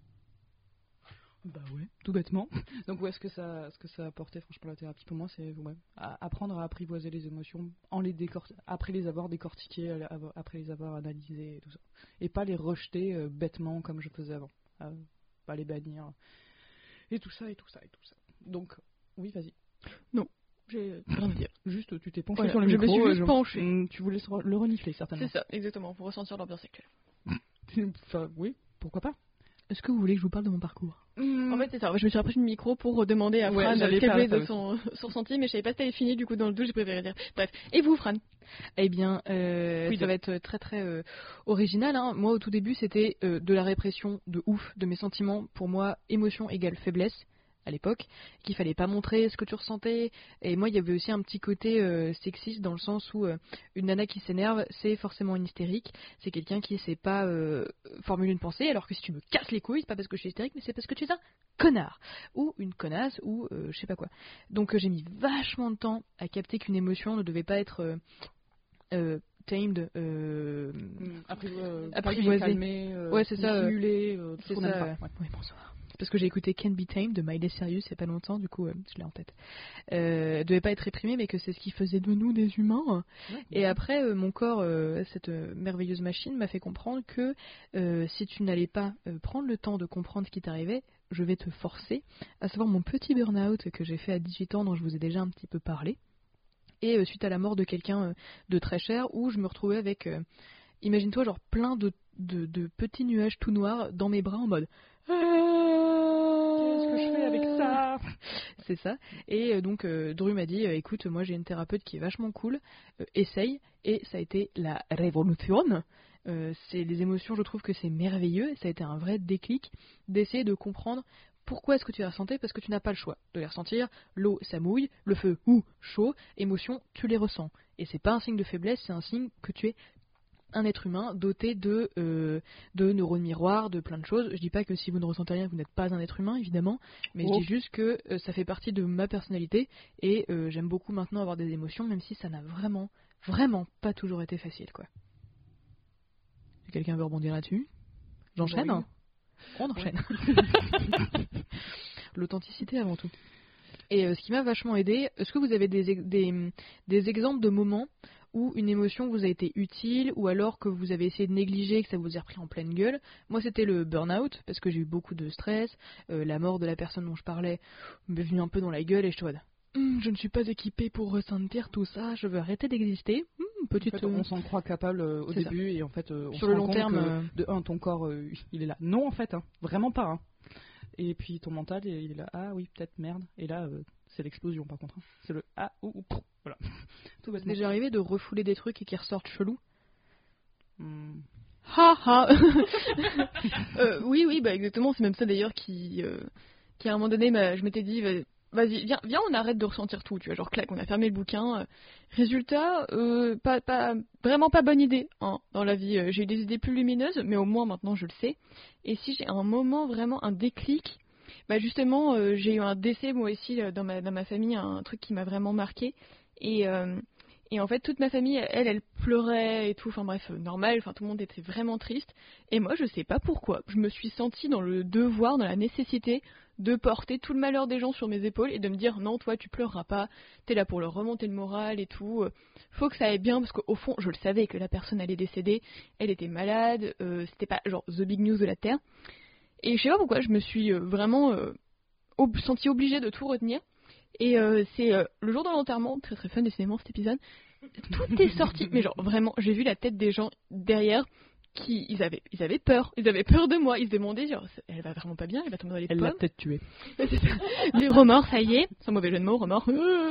Bah ouais, tout bêtement. Donc ouais, ce que ça, ce que ça a apporté franchement la thérapie pour moi, c'est ouais, à- apprendre à apprivoiser les émotions en les décor- après les avoir décortiquées, à- à- après les avoir analysées et tout ça, et pas les rejeter euh, bêtement comme je faisais avant, euh, pas les bannir et tout ça et tout ça et tout ça. Donc oui, vas-y. J'ai rien à dire. Juste, tu t'es penché Voilà, sur le je me micro. suis euh, juste je- penchée. Mm, Tu voulais se re- le renifler certainement. C'est ça, exactement, pour ressentir l'ambiance actuelle. Enfin, oui, pourquoi pas. Est-ce que vous voulez que je vous parle de mon parcours ? En fait, c'est ça. Je me suis rapprochée du micro pour demander à Ouais, Fran j'allais ce qu'elle faire voulait ça de son, son ressenti, mais je savais pas si t'avais fini, du coup, dans le doute, j'ai préféré dire. Bref. Et vous, Fran? Eh bien, euh, Oui, ça de- va être très très euh, original. Hein. Moi, au tout début, c'était euh, de la répression de ouf de mes sentiments. Pour moi, émotion égale faiblesse à l'époque, qu'il fallait pas montrer ce que tu ressentais. Et moi, il y avait aussi un petit côté euh, sexiste dans le sens où euh, une nana qui s'énerve, c'est forcément une hystérique. C'est quelqu'un qui sait pas euh, formuler une pensée, alors que si tu me casses les couilles, c'est pas parce que je suis hystérique, mais c'est parce que tu es un connard ou une connasse ou euh, je sais pas quoi. Donc euh, j'ai mis vachement de temps à capter qu'une émotion ne devait pas être euh, euh, tamed, euh, Mm, appri- euh, Apprivoisé. calmer, euh, Ouais, c'est ça, euh, dissimuler, euh, tout ce c'est qu'on ça. n'aime pas. euh, Ouais. Oui, bonsoir. C'est parce que j'ai écouté Can't Be Tamed de Miley Cyrus il y a pas longtemps, du coup euh, je l'ai en tête. Euh, elle devait pas être réprimée, mais que c'est ce qui faisait de nous des humains. Ouais, Et après, euh, mon corps, euh, cette euh, merveilleuse machine, m'a fait comprendre que euh, si tu n'allais pas euh, prendre le temps de comprendre ce qui t'arrivait, je vais te forcer, à savoir mon petit burn-out que j'ai fait à dix-huit ans, dont je vous ai déjà un petit peu parlé, et euh, suite à la mort de quelqu'un euh, de très cher, où je me retrouvais avec, euh, imagine-toi, genre plein de, de, de petits nuages tout noirs dans mes bras en mode... Qu'est-ce que je fais avec ça. C'est ça. Et euh, donc, euh, Dru m'a dit, euh, écoute, moi j'ai une thérapeute qui est vachement cool, euh, essaye. Et ça a été la révolution. Euh, c'est les émotions, je trouve que c'est merveilleux. Et ça a été un vrai déclic d'essayer de comprendre pourquoi est-ce que tu les ressentais, parce que tu n'as pas le choix de les ressentir. L'eau, ça mouille, le feu, ou chaud. Émotions, tu les ressens. Et c'est pas un signe de faiblesse, c'est un signe que tu es un être humain doté de, euh, de neurones miroirs, de plein de choses. Je dis pas que si vous ne ressentez rien, vous n'êtes pas un être humain, évidemment, mais oh. je dis juste que euh, ça fait partie de ma personnalité et euh, j'aime beaucoup maintenant avoir des émotions, même si ça n'a vraiment, vraiment pas toujours été facile, quoi. Quelqu'un veut rebondir là-dessus ? J'enchaîne oui. On enchaîne. Ouais. L'authenticité avant tout. Et euh, ce qui m'a vachement aidé, est-ce que vous avez des, des, des exemples de moments où une émotion vous a été utile, ou alors que vous avez essayé de négliger, que ça vous a repris en pleine gueule? Moi, c'était le burn-out, parce que j'ai eu beaucoup de stress. Euh, la mort de la personne dont je parlais m'est venue un peu dans la gueule, et je te vois, hm, je ne suis pas équipée pour ressentir tout ça, je veux arrêter d'exister. Hm, petite, en fait, on s'en croit capable euh, au c'est début, ça. et en fait, euh, on sur se le rend long compte terme, que, euh... de un, ton corps, euh, il est là. Non, en fait, hein, vraiment pas. Hein. Et puis ton mental, il est là. Ah oui, peut-être merde. Et là, euh, c'est l'explosion, par contre. Hein. C'est le ah ou ou. Voilà. Tout bêtement. C'est déjà arrivé de refouler des trucs et qui ressortent chelous. Hmm. Ha ha. euh, Oui, oui, bah exactement. C'est même ça d'ailleurs qui, euh, qui à un moment donné, bah, je m'étais dit, vas-y, viens, viens, on arrête de ressentir tout. Tu vois, genre clac, on a fermé le bouquin. Résultat, euh, pas, pas, vraiment pas bonne idée hein, dans la vie. J'ai eu des idées plus lumineuses, mais au moins maintenant je le sais. Et si j'ai un moment vraiment un déclic. Bah justement, euh, j'ai eu un décès moi aussi euh, dans ma dans ma famille, un truc qui m'a vraiment marqué. Et euh, et en fait toute ma famille, elle, elle pleurait et tout. Enfin bref, euh, normal. Enfin tout le monde était vraiment triste. Et moi, je sais pas pourquoi, je me suis sentie dans le devoir, dans la nécessité de porter tout le malheur des gens sur mes épaules et de me dire non, toi tu pleureras pas. T'es là pour leur remonter le moral et tout. Faut que ça aille bien parce qu'au fond, je le savais que la personne allait décéder. Elle était malade. Euh, c'était pas genre the big news de la terre. Et je sais pas pourquoi, je me suis euh, vraiment euh, ob- sentie obligée de tout retenir. Et euh, c'est euh, le jour de l'enterrement, très très fun décidément cet épisode, tout est sorti. Mais genre vraiment, j'ai vu la tête des gens derrière qui, ils avaient, ils avaient peur. Ils avaient peur de moi. Ils se demandaient genre, elle va vraiment pas bien, elle va tomber dans les elle pommes. Elle l'a peut-être tuée. Les remords, ça y est. Sans mauvais jeu de mots, remords.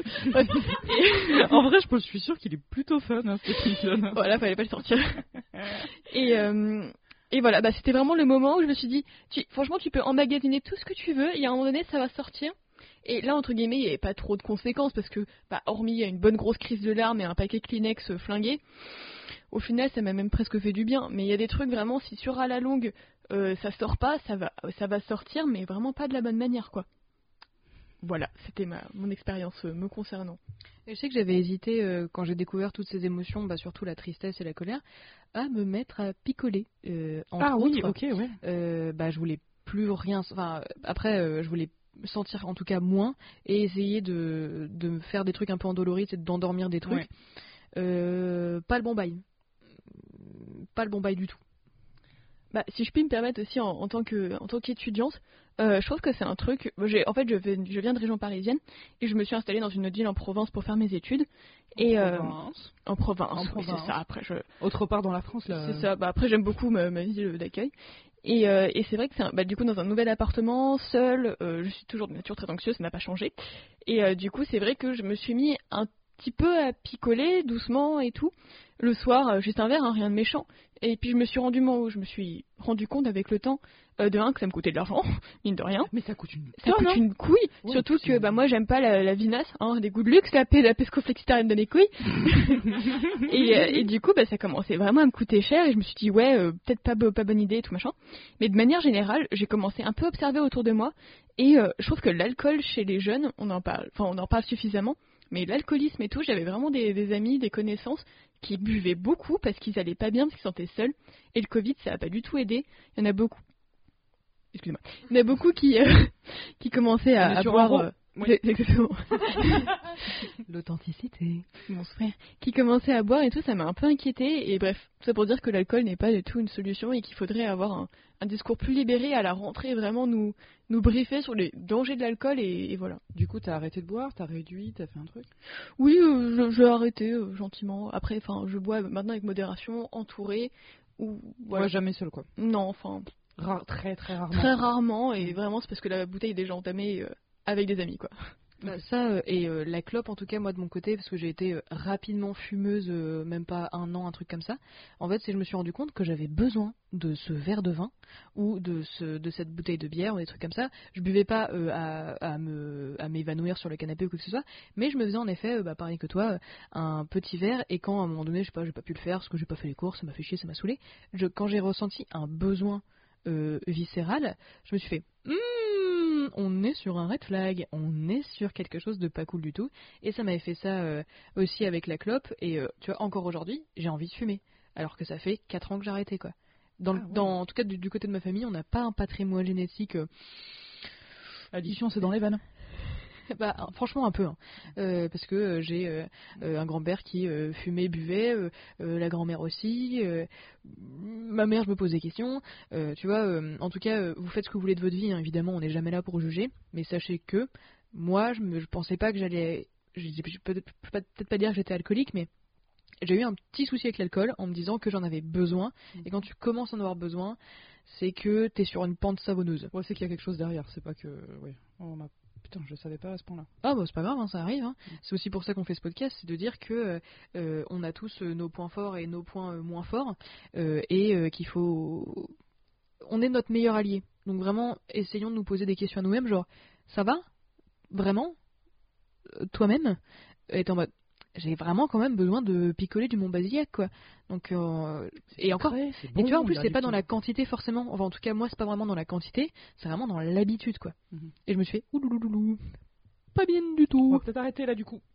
Et... en vrai, je suis sûre qu'il est plutôt fun hein, cet épisode. Voilà, fallait pas le sortir. Et... Euh... Et voilà, bah, c'était vraiment le moment où je me suis dit, tu, franchement, tu peux emmagasiner tout ce que tu veux, et à un moment donné, ça va sortir. Et là, entre guillemets, il n'y avait pas trop de conséquences, parce que, bah, hormis une bonne grosse crise de larmes et un paquet Kleenex flingué, au final, ça m'a même presque fait du bien. Mais il y a des trucs, vraiment, si sur à la longue, euh, ça sort pas, ça va, ça va sortir, mais vraiment pas de la bonne manière, quoi. Voilà, c'était ma, mon expérience euh, me concernant. Et je sais que j'avais hésité, euh, quand j'ai découvert toutes ces émotions, bah, surtout la tristesse et la colère, à me mettre à picoler. Euh, entre ah oui, autres, ok, ouais. Euh, bah, je voulais plus rien... Enfin, après, euh, je voulais sentir en tout cas moins, et essayer de, de me faire des trucs un peu endoloris, et d'endormir des trucs. Ouais. Euh, pas le bon bail. Pas le bon bail du tout. Bah, si je puis me permettre aussi en, en tant que en tant qu'étudiante, euh, je trouve que c'est un truc. J'ai, en fait, je, vais, je viens de région parisienne et je me suis installée dans une autre ville en Provence pour faire mes études. En et Provence. Euh, en Province. En oui, Province. C'est ça. Après, je. Autre part dans la France là. C'est ça. Bah après, j'aime beaucoup ma, ma ville d'accueil. Et, euh, et c'est vrai que c'est un, bah, du coup dans un nouvel appartement, seul. Euh, je suis toujours de nature très anxieuse, ça n'a pas changé. Et euh, du coup, c'est vrai que je me suis mis un petit peu à picoler doucement et tout. Le soir, euh, juste un verre, hein, rien de méchant. Et puis je me suis rendu, je me suis rendu compte avec le temps euh, de un que ça me coûtait de l'argent, mine de rien. Mais ça coûte une ça tonne, coûte hein. une couille. Ouais, surtout que bah moi j'aime pas la, la vinasse, hein, des goûts de luxe, la, la pescoflexitarienne de mes couilles. et, euh, et du coup bah ça commençait vraiment à me coûter cher et je me suis dit ouais euh, peut-être pas pas bonne idée et tout machin. Mais de manière générale j'ai commencé un peu à observer autour de moi et euh, je trouve que l'alcool chez les jeunes on en parle, enfin on en parle suffisamment. Mais l'alcoolisme et tout, j'avais vraiment des, des amis, des connaissances qui buvaient beaucoup parce qu'ils allaient pas bien, parce qu'ils se sentaient seuls. Et le Covid, ça a pas du tout aidé. Il y en a beaucoup. Excusez-moi. Il y en a beaucoup qui, euh, qui commençaient à, à boire. Euh, oui. Exactement. L'authenticité. Mon frère. Qui commençaient à boire et tout, ça m'a un peu inquiété. Et bref, tout ça pour dire que l'alcool n'est pas du tout une solution et qu'il faudrait avoir un, un discours plus libéré à la rentrée, vraiment nous, nous briefer sur les dangers de l'alcool et, et voilà. Du coup, t'as arrêté de boire, t'as réduit, t'as fait un truc ? Oui, euh, je, j'ai arrêté euh, gentiment. Après, enfin, je bois maintenant avec modération, entouré. Ou voilà. Ouais, jamais seul quoi. Non, enfin, Rare, très très rarement. Très rarement, et vraiment c'est parce que la bouteille est déjà entamée euh, avec des amis, quoi. Bah, ça, euh, et euh, la clope, en tout cas, moi de mon côté, parce que j'ai été euh, rapidement fumeuse, euh, même pas un an, un truc comme ça, en fait, c'est que je me suis rendu compte que j'avais besoin de ce verre de vin ou de, ce, de cette bouteille de bière ou des trucs comme ça. Je buvais pas euh, à, à, me, à m'évanouir sur le canapé ou quoi que ce soit, mais je me faisais en effet, euh, bah, pareil que toi, euh, un petit verre, et quand à un moment donné, je sais pas, j'ai pas pu le faire parce que j'ai pas fait les courses, ça m'a fait chier, ça m'a saoulé, je, quand j'ai ressenti un besoin euh, viscéral, je me suis fait hmm, on est sur un red flag, on est sur quelque chose de pas cool du tout, et ça m'avait fait ça euh, aussi avec la clope, et euh, tu vois, encore aujourd'hui, j'ai envie de fumer, alors que ça fait quatre ans que j'ai arrêté, quoi. Dans, le- Ah ouais. dans, en tout cas, du, du côté de ma famille, on n'a pas un patrimoine génétique. euh, Addiction, c'est dans les veines. Bah, un- franchement, un peu. Hein. Euh, parce que euh, j'ai euh, euh, un grand-père qui euh, fumait, buvait, euh, euh, la grand-mère aussi. euh, ma mère, je me pose des questions. euh, tu vois, euh, en tout cas, euh, vous faites ce que vous voulez de votre vie. Hein, évidemment, on n'est jamais là pour juger. Mais sachez que moi, je ne pensais pas que j'allais. Je je peux peut-être peux pas- peut-être pas dire que j'étais alcoolique, mais j'ai eu un petit souci avec l'alcool en me disant que j'en avais besoin. Et quand tu commences à en avoir besoin, c'est que t'es sur une pente savonneuse. Ouais, c'est qu'il y a quelque chose derrière, c'est pas que. Ouais. On a... Putain, je savais pas à ce point-là. Ah bah c'est pas grave, hein, ça arrive. Hein. C'est aussi pour ça qu'on fait ce podcast, c'est de dire que euh, euh, on a tous euh, nos points forts et nos points euh, moins forts, euh, et euh, qu'il faut, on est notre meilleur allié. Donc vraiment, essayons de nous poser des questions à nous-mêmes, genre ça va, vraiment, Euh, toi-même, est en mode, j'ai vraiment quand même besoin de picoler du Mont Basiliac, quoi. Donc euh, et encore. Après, c'est Et bon, tu vois, en il plus, y a c'est du pas dans petit- la quantité forcément. Enfin, en tout cas, moi, c'est pas vraiment dans la quantité, c'est vraiment dans l'habitude, quoi. Mhm. Et je me suis fait, ouloulouloulou, pas bien du On tout. va peut-être arrêter là du coup.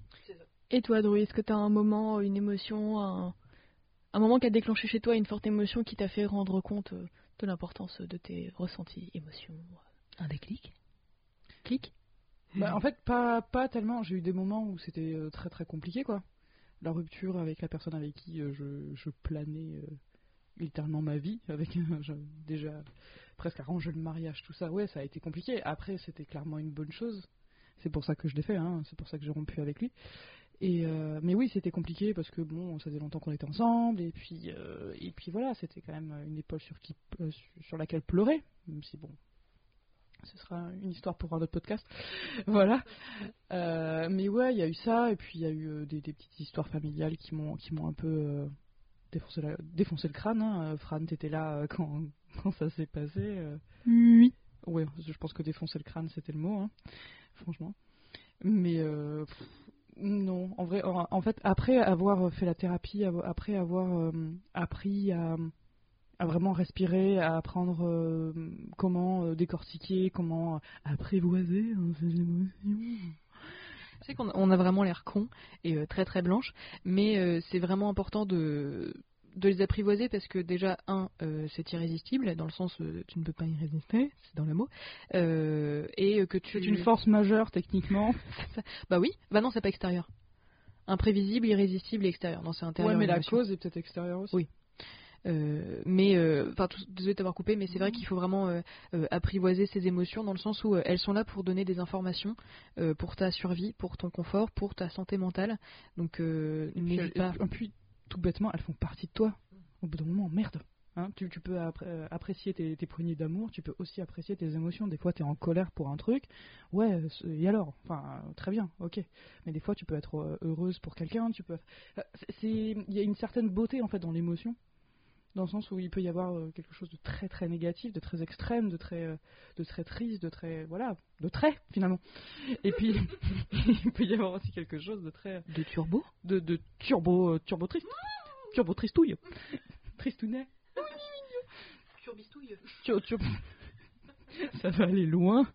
Et toi, Drew, est-ce que t'as un moment, une émotion, un, un moment qui a déclenché chez toi une forte émotion qui t'a fait rendre compte euh, de l'importance de tes ressentis, émotions? Un déclic. Clic. Bah, en fait, pas, pas tellement. J'ai eu des moments où c'était euh, très très compliqué, quoi. La rupture avec la personne avec qui euh, je, je planais euh, littéralement ma vie, avec euh, je- déjà presque arrangé le mariage, tout ça. Ouais, ça a été compliqué. Après, c'était clairement une bonne chose. C'est pour ça que je l'ai fait, hein. C'est pour ça que j'ai rompu avec lui. Et euh, mais oui, c'était compliqué parce que bon, ça faisait longtemps qu'on était ensemble, et puis euh, et puis voilà, c'était quand même une épaule sur qui euh, sur laquelle pleurer, même si bon. Ce sera une histoire pour un autre podcast. Voilà. Euh, mais ouais, il y a eu ça, et puis il y a eu euh, des, des petites histoires familiales qui m'ont qui m'ont un peu euh, défoncé, la- défoncé le crâne. Hein. Euh, Fran, t'étais là euh, quand, quand ça s'est passé. euh. Oui. Ouais, je pense que défoncer le crâne, c'était le mot, hein, franchement. Mais euh, pff, non, en vrai, en, en fait, après avoir fait la thérapie, av- après avoir euh, appris à à vraiment respirer, à apprendre euh, comment euh, décortiquer, comment apprivoiser hein, ses émotions. Je sais qu'on a, on a vraiment l'air con et euh, très très blanche, mais euh, c'est vraiment important de, de les apprivoiser parce que déjà, un, euh, c'est irrésistible, dans le sens où tu ne peux pas y résister, c'est dans le mot, euh, et que tu... C'est une force majeure techniquement. Bah oui, bah non, c'est pas extérieur. Imprévisible, irrésistible et extérieur. Non, c'est intérieur. Ouais, mais la l'émotion. cause est peut-être extérieure aussi. Oui. Euh, mais euh, enfin tout- désolé de t'avoir coupé, mais c'est vrai qu'il faut vraiment euh, euh, apprivoiser ses émotions dans le sens où euh, elles sont là pour donner des informations euh, pour ta survie, pour ton confort, pour ta santé mentale. Donc euh, Et puis, n'hésite elles- pas. et puis, tout bêtement, elles font partie de toi. Au bout d'un moment, merde. Hein, tu, tu peux appré- euh, apprécier tes, tes poignées d'amour, tu peux aussi apprécier tes émotions. Des fois, tu es en colère pour un truc. Ouais, c'est- et alors Enfin, euh, très bien, ok. Mais des fois, tu peux être euh, heureuse pour quelqu'un. Tu peux. Euh, c'est- c'est- Il y a une certaine beauté en fait dans l'émotion. Dans le sens où il peut y avoir euh, quelque chose de très très négatif, de très extrême, de très, euh, de très triste, de très. Voilà, de très finalement. Et puis, il peut y avoir aussi quelque chose de très. De turbo. de, de turbo, euh, turbo triste. Turbo tristouille. Tristounet. Turbistouille. Tur- tur- Ça va aller loin.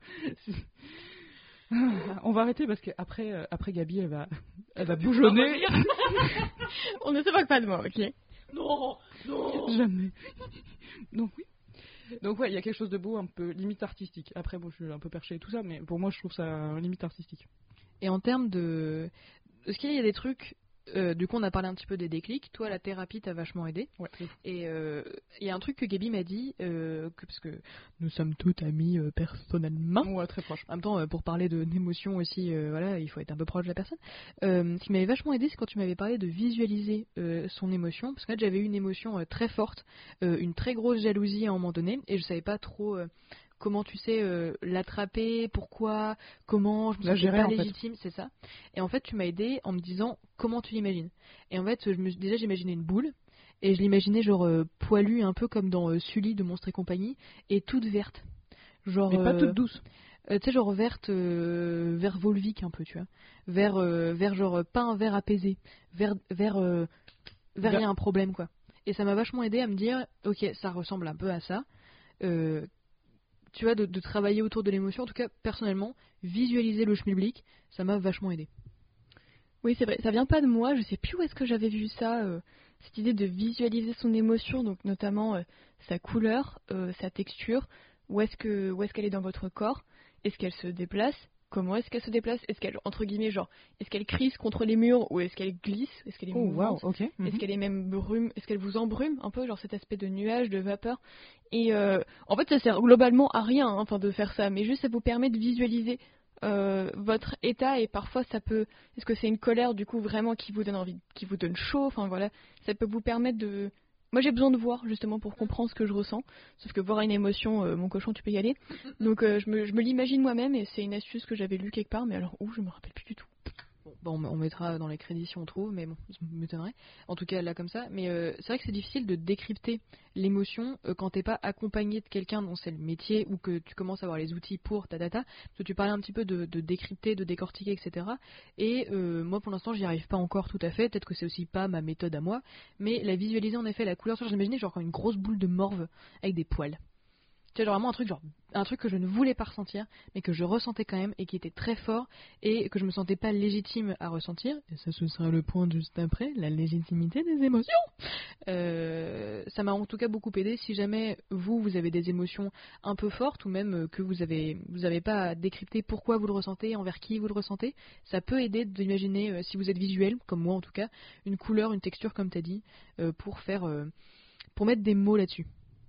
On va arrêter parce qu'après euh, après Gabi, elle va, elle va bougeonner. On ne se moque pas de moi, ok? Non, non. Jamais. Donc oui. Donc ouais, il y a quelque chose de beau, un peu limite artistique. Après, bon, je suis un peu perché et tout ça, mais pour moi, je trouve ça limite artistique. Et en termes de, est-ce qu'il y a des trucs euh, du coup, on a parlé un petit peu des déclics. Toi, la thérapie t'a vachement aidé. Ouais. Et il euh, y a un truc que Gaby m'a dit, euh, que, parce que nous sommes toutes amies euh, personnellement. Ouais, très proche. En même temps, euh, pour parler de- d'émotions aussi, euh, voilà, il faut être un peu proche de la personne. Euh, ce qui m'avait vachement aidé, c'est quand tu m'avais parlé de visualiser euh, son émotion. Parce que là, j'avais eu une émotion euh, très forte, euh, une très grosse jalousie à un moment donné, et je savais pas trop. Euh, comment tu sais euh, l'attraper, pourquoi, comment, je me La sentais gérer, pas en fait. légitime, c'est ça. Et en fait, tu m'as aidé en me disant comment tu l'imagines. Et en fait, je me, déjà j'imaginais une boule, et je l'imaginais genre euh, poilue, un peu comme dans euh, Sully de Monstres et compagnie, et toute verte. Genre, Mais pas euh, toute douce. euh, tu sais, genre verte, euh, vert volvique un peu, tu vois. Vert, euh, vert genre, euh, pas un vert apaisé, vert, vert, euh, vert, il y a un problème, quoi. Et ça m'a vachement aidé à me dire, ok, ça ressemble un peu à ça. Euh, tu vois, de, de travailler autour de l'émotion, en tout cas, personnellement, visualiser le schmilblick, ça m'a vachement aidé. Oui, c'est vrai, ça vient pas de moi, je sais plus où est-ce que j'avais vu ça, euh, cette idée de visualiser son émotion, donc notamment euh, sa couleur, euh, sa texture, où est-ce que où est-ce qu'elle est dans votre corps, est-ce qu'elle se déplace, comment est-ce qu'elle se déplace, est-ce qu'elle, entre guillemets, genre, est-ce qu'elle crisse contre les murs, ou est-ce qu'elle glisse, est-ce qu'elle est Oh, mouvante, waouh, ok. est-ce Mhm. qu'elle est même brume, est-ce qu'elle vous embrume un peu, genre cet aspect de nuage, de vapeur. Et euh, en fait, ça sert globalement à rien, hein, enfin, de faire ça, mais juste ça vous permet de visualiser euh, votre état, et parfois ça peut, est-ce que c'est une colère du coup vraiment qui vous donne envie, qui vous donne chaud, enfin voilà, ça peut vous permettre de. Moi j'ai besoin de voir justement pour comprendre ce que je ressens, sauf que voir une émotion, euh, mon cochon tu peux y aller. Donc euh, je me, je me l'imagine moi-même, et c'est une astuce que j'avais lue quelque part, mais alors où je me rappelle plus du tout. Bon, on mettra dans les crédits si on trouve, mais bon, ça m'étonnerait. En tout cas, là, comme ça. Mais euh, c'est vrai que c'est difficile de décrypter l'émotion euh, quand t'es pas accompagné de quelqu'un dont c'est le métier ou que tu commences à avoir les outils pour ta data. Parce que tu parlais un petit peu de, de décrypter, de décortiquer, et cetera. Et euh, moi, pour l'instant, j'y arrive pas encore tout à fait. Peut-être que c'est aussi pas ma méthode à moi. Mais la visualiser, en effet, la couleur, j'imaginais genre comme une grosse boule de morve avec des poils. Tu vois, genre vraiment un truc, genre, un truc que je ne voulais pas ressentir, mais que je ressentais quand même et qui était très fort et que je me sentais pas légitime à ressentir. Et ça, ce sera le point juste après, la légitimité des émotions. Euh, ça m'a en tout cas beaucoup aidé. Si jamais vous, vous avez des émotions un peu fortes ou même que vous avez, vous avez pas à décrypter pourquoi vous le ressentez, envers qui vous le ressentez, ça peut aider d'imaginer, euh, si vous êtes visuel, comme moi en tout cas, une couleur, une texture, comme tu as dit, euh, pour faire, euh, pour mettre des mots là-dessus.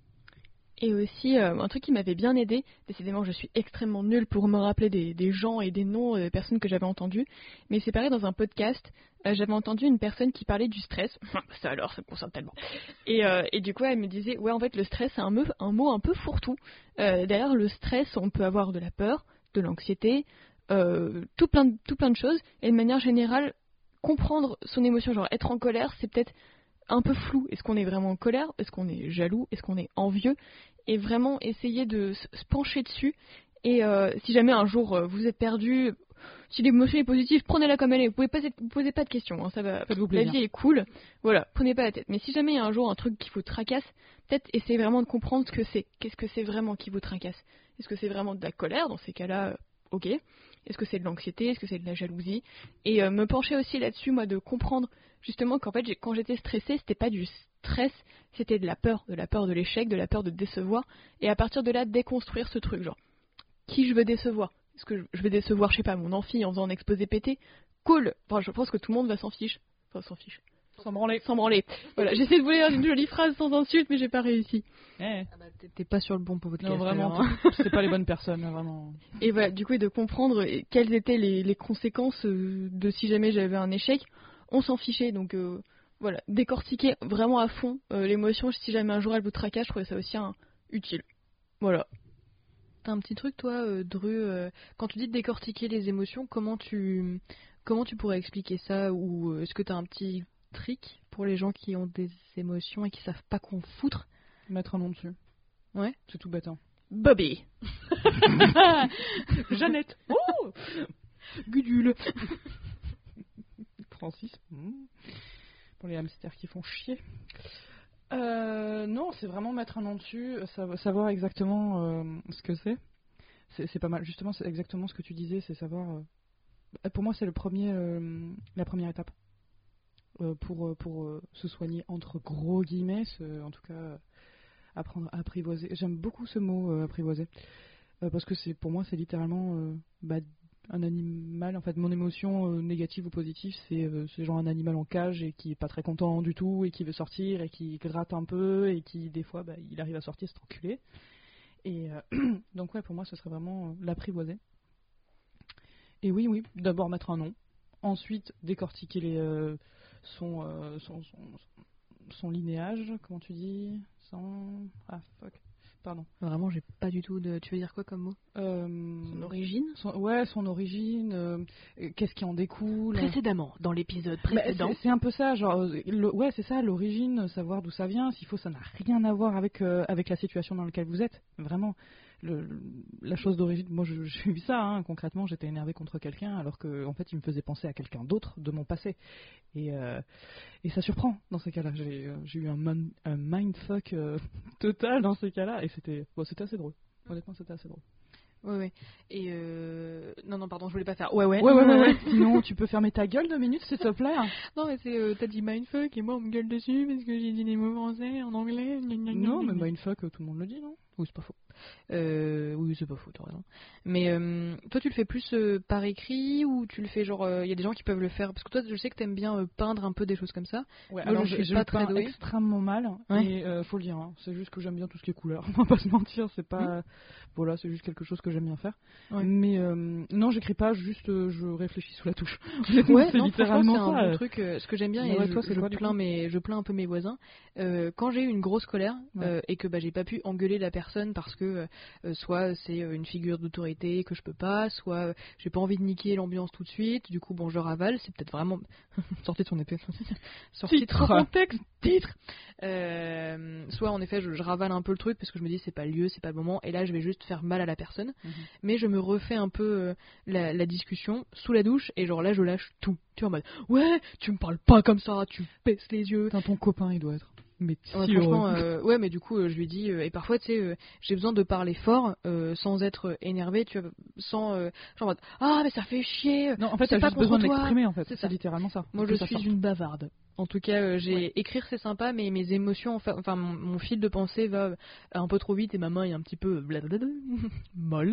Et aussi, euh, un truc qui m'avait bien aidé, décidément je suis extrêmement nulle pour me rappeler des, des gens et des noms euh, des personnes que j'avais entendues, mais c'est pareil dans un podcast, euh, j'avais entendu une personne qui parlait du stress, ça alors, ça me concerne tellement, et, euh, et du coup elle me disait, ouais en fait le stress c'est un, me, un mot un peu fourre-tout, euh, derrière le stress on peut avoir de la peur, de l'anxiété, euh, tout, plein de, tout plein de choses, et de manière générale, comprendre son émotion, genre être en colère, c'est peut-être un peu flou. Est-ce qu'on est vraiment en colère? Est-ce qu'on est jaloux? Est-ce qu'on est envieux? Et vraiment essayer de se pencher dessus. Et euh, si jamais un jour euh, vous êtes perdu, si l'émotion est positive, prenez-la comme elle est. Vous pouvez pas, vous posez pas de questions. Hein, ça va. Faites-vous La plaisir. vie est cool. Voilà, prenez pas la tête. Mais si jamais il y a un jour un truc qui vous tracasse, peut-être essayez vraiment de comprendre ce que c'est. Qu'est-ce que c'est vraiment qui vous tracasse? Est-ce que c'est vraiment de la colère? Dans ces cas-là, euh, ok. Est-ce que c'est de l'anxiété? Est-ce que c'est de la jalousie? Et euh, me pencher aussi là-dessus, moi, de comprendre justement qu'en fait, j'ai, quand j'étais stressée, c'était pas du stress, c'était de la peur, de la peur de l'échec, de la peur de décevoir. Et à partir de là, déconstruire ce truc, genre, qui je veux décevoir? Est-ce que je veux décevoir, je sais pas, mon amphi en faisant un exposé pété? Cool. Enfin, je pense que tout le monde va s'en fiche. Enfin, s'en fiche. Sans branler. Sans branler. Voilà, j'essaie de vous lire une jolie phrase sans insulte, mais j'ai pas réussi. Eh. Ah bah, t'es- t'es pas sur le bon podcast. Non, vraiment, alors, hein. c'est pas les bonnes personnes, hein, vraiment. Et voilà, du coup, et de comprendre euh, quelles étaient les, les conséquences euh, de si jamais j'avais un échec, on s'en fichait. Donc euh, voilà, décortiquer vraiment à fond euh, l'émotion. Si jamais un jour elle vous tracasse, je trouvais ça aussi hein, utile. Voilà. T'as un petit truc, toi, euh, Dru, euh, quand tu dis de décortiquer les émotions, comment tu, comment tu pourrais expliquer ça? Ou euh, est-ce que t'as un petit trick pour les gens qui ont des émotions et qui savent pas qu'on foutre? Mettre un nom dessus. Ouais. C'est tout bête, hein. Bobby. Jeannette. Oh Gudule. Francis. Mmh. Pour les hamsters qui font chier. Euh, non, c'est vraiment mettre un nom dessus, sav- savoir exactement euh, ce que c'est. c'est. C'est pas mal. Justement, c'est exactement ce que tu disais, c'est savoir. Euh, pour moi, c'est le premier, euh, la première étape euh, pour pour euh, se soigner entre gros guillemets. Ce, en tout cas, euh, apprendre à apprivoiser. J'aime beaucoup ce mot euh, apprivoiser euh, parce que c'est pour moi, c'est littéralement euh, bah, un animal, en fait, mon émotion euh, négative ou positive, c'est, euh, c'est genre un animal en cage et qui est pas très content du tout et qui veut sortir et qui gratte un peu et qui, des fois, bah, il arrive à sortir, c'est enculé. Et euh, donc, ouais, pour moi, ce serait vraiment euh, l'apprivoiser. Et oui, oui, d'abord mettre un nom, ensuite décortiquer les, euh, son, euh, son, son, son linéage, comment tu dis son... Ah, fuck. Pardon. Vraiment, j'ai pas du tout de. Tu veux dire quoi comme mot? Euh, Son origine son... Ouais, son origine, euh, qu'est-ce qui en découle. Précédemment, dans l'épisode Bah, précédent. c'est, c'est un peu ça, genre, le... ouais, c'est ça, l'origine, savoir d'où ça vient. S'il faut, ça n'a rien à voir avec, euh, avec la situation dans laquelle vous êtes. Vraiment, le... la chose d'origine, moi je- j'ai vu ça, hein, concrètement, j'étais énervée contre quelqu'un alors qu'en en fait il me faisait penser à quelqu'un d'autre de mon passé. Et, euh, et ça surprend dans ces cas-là. J'ai, euh, j'ai eu un, man... un mindfuck euh, total dans ces cas-là et c'était, bon, c'était assez drôle. Honnêtement, c'était assez drôle. Ouais, ouais. Et euh... non, non, pardon, je voulais pas faire. Ouais, ouais. Ouais, ouais, ouais, ouais. Sinon, tu peux fermer ta gueule deux minutes, s'il te plaît. Non, mais c'est. Euh, t'as dit mindfuck et moi on me gueule dessus parce que j'ai dit des mots français en anglais. Non, mais mindfuck, tout le monde le dit, non? Oui, c'est pas faux. Euh, oui, c'est pas faux, t'as raison. Mais euh, toi, tu le fais plus euh, par écrit ou tu le fais genre. Il euh, y a des gens qui peuvent le faire parce que toi, je sais que t'aimes bien euh, peindre un peu des choses comme ça. Ouais, Moi, alors je je, suis je pas le très peins douée. extrêmement mal. Ouais. Et euh, faut le dire, hein, c'est juste que j'aime bien tout ce qui est couleur. On va pas se mentir, c'est pas. Mmh. Voilà, c'est juste quelque chose que j'aime bien faire. Ouais. Mais euh, non, j'écris pas, juste euh, je réfléchis sous la touche. Honnêtement, Ouais, c'est non, littéralement franchement, c'est ça. un bon euh. truc. euh, ce que j'aime bien, Mais et ouais, je, toi, c'est je quoi, du plains coup mes, je plains un peu mes voisins. Euh, quand j'ai eu une grosse colère Ouais. euh, et que bah, j'ai pas pu engueuler la personne parce que euh, soit c'est euh, une figure d'autorité que je peux pas, soit euh, j'ai pas envie de niquer l'ambiance tout de suite. Du coup, bon, je ravale. C'est peut-être vraiment sorti de son épée. Sorti de son Titre. contexte. Titre. Euh, soit en effet, je, je ravale un peu le truc parce que je me dis c'est pas le lieu, c'est pas le moment. Et là, je vais juste faire mal à la personne. Mhm. Mais je me refais un peu euh, la, la discussion sous la douche et genre là je lâche tout. Tu vois en mode ouais, tu me parles pas comme ça, tu baisses les yeux. Putain, ton copain, il doit être. Mais si Ouais, franchement, heureux. euh, ouais, mais du coup, euh, je lui dis, euh, et parfois, tu sais, euh, j'ai besoin de parler fort, euh, sans être énervé, tu vois, sans, euh, genre, en mode, ah, mais ça fait chier. Non, en fait, c'est t'as pas juste besoin de contre toi. l'exprimer, en fait. C'est C'est, ça. littéralement ça. Moi, Que je ça suis sorte. une bavarde. En tout cas, euh, j'ai Ouais. écrire c'est sympa, mais mes émotions, enfin, enfin mon, mon fil de pensée va un peu trop vite et ma main est un petit peu blablabla, molle.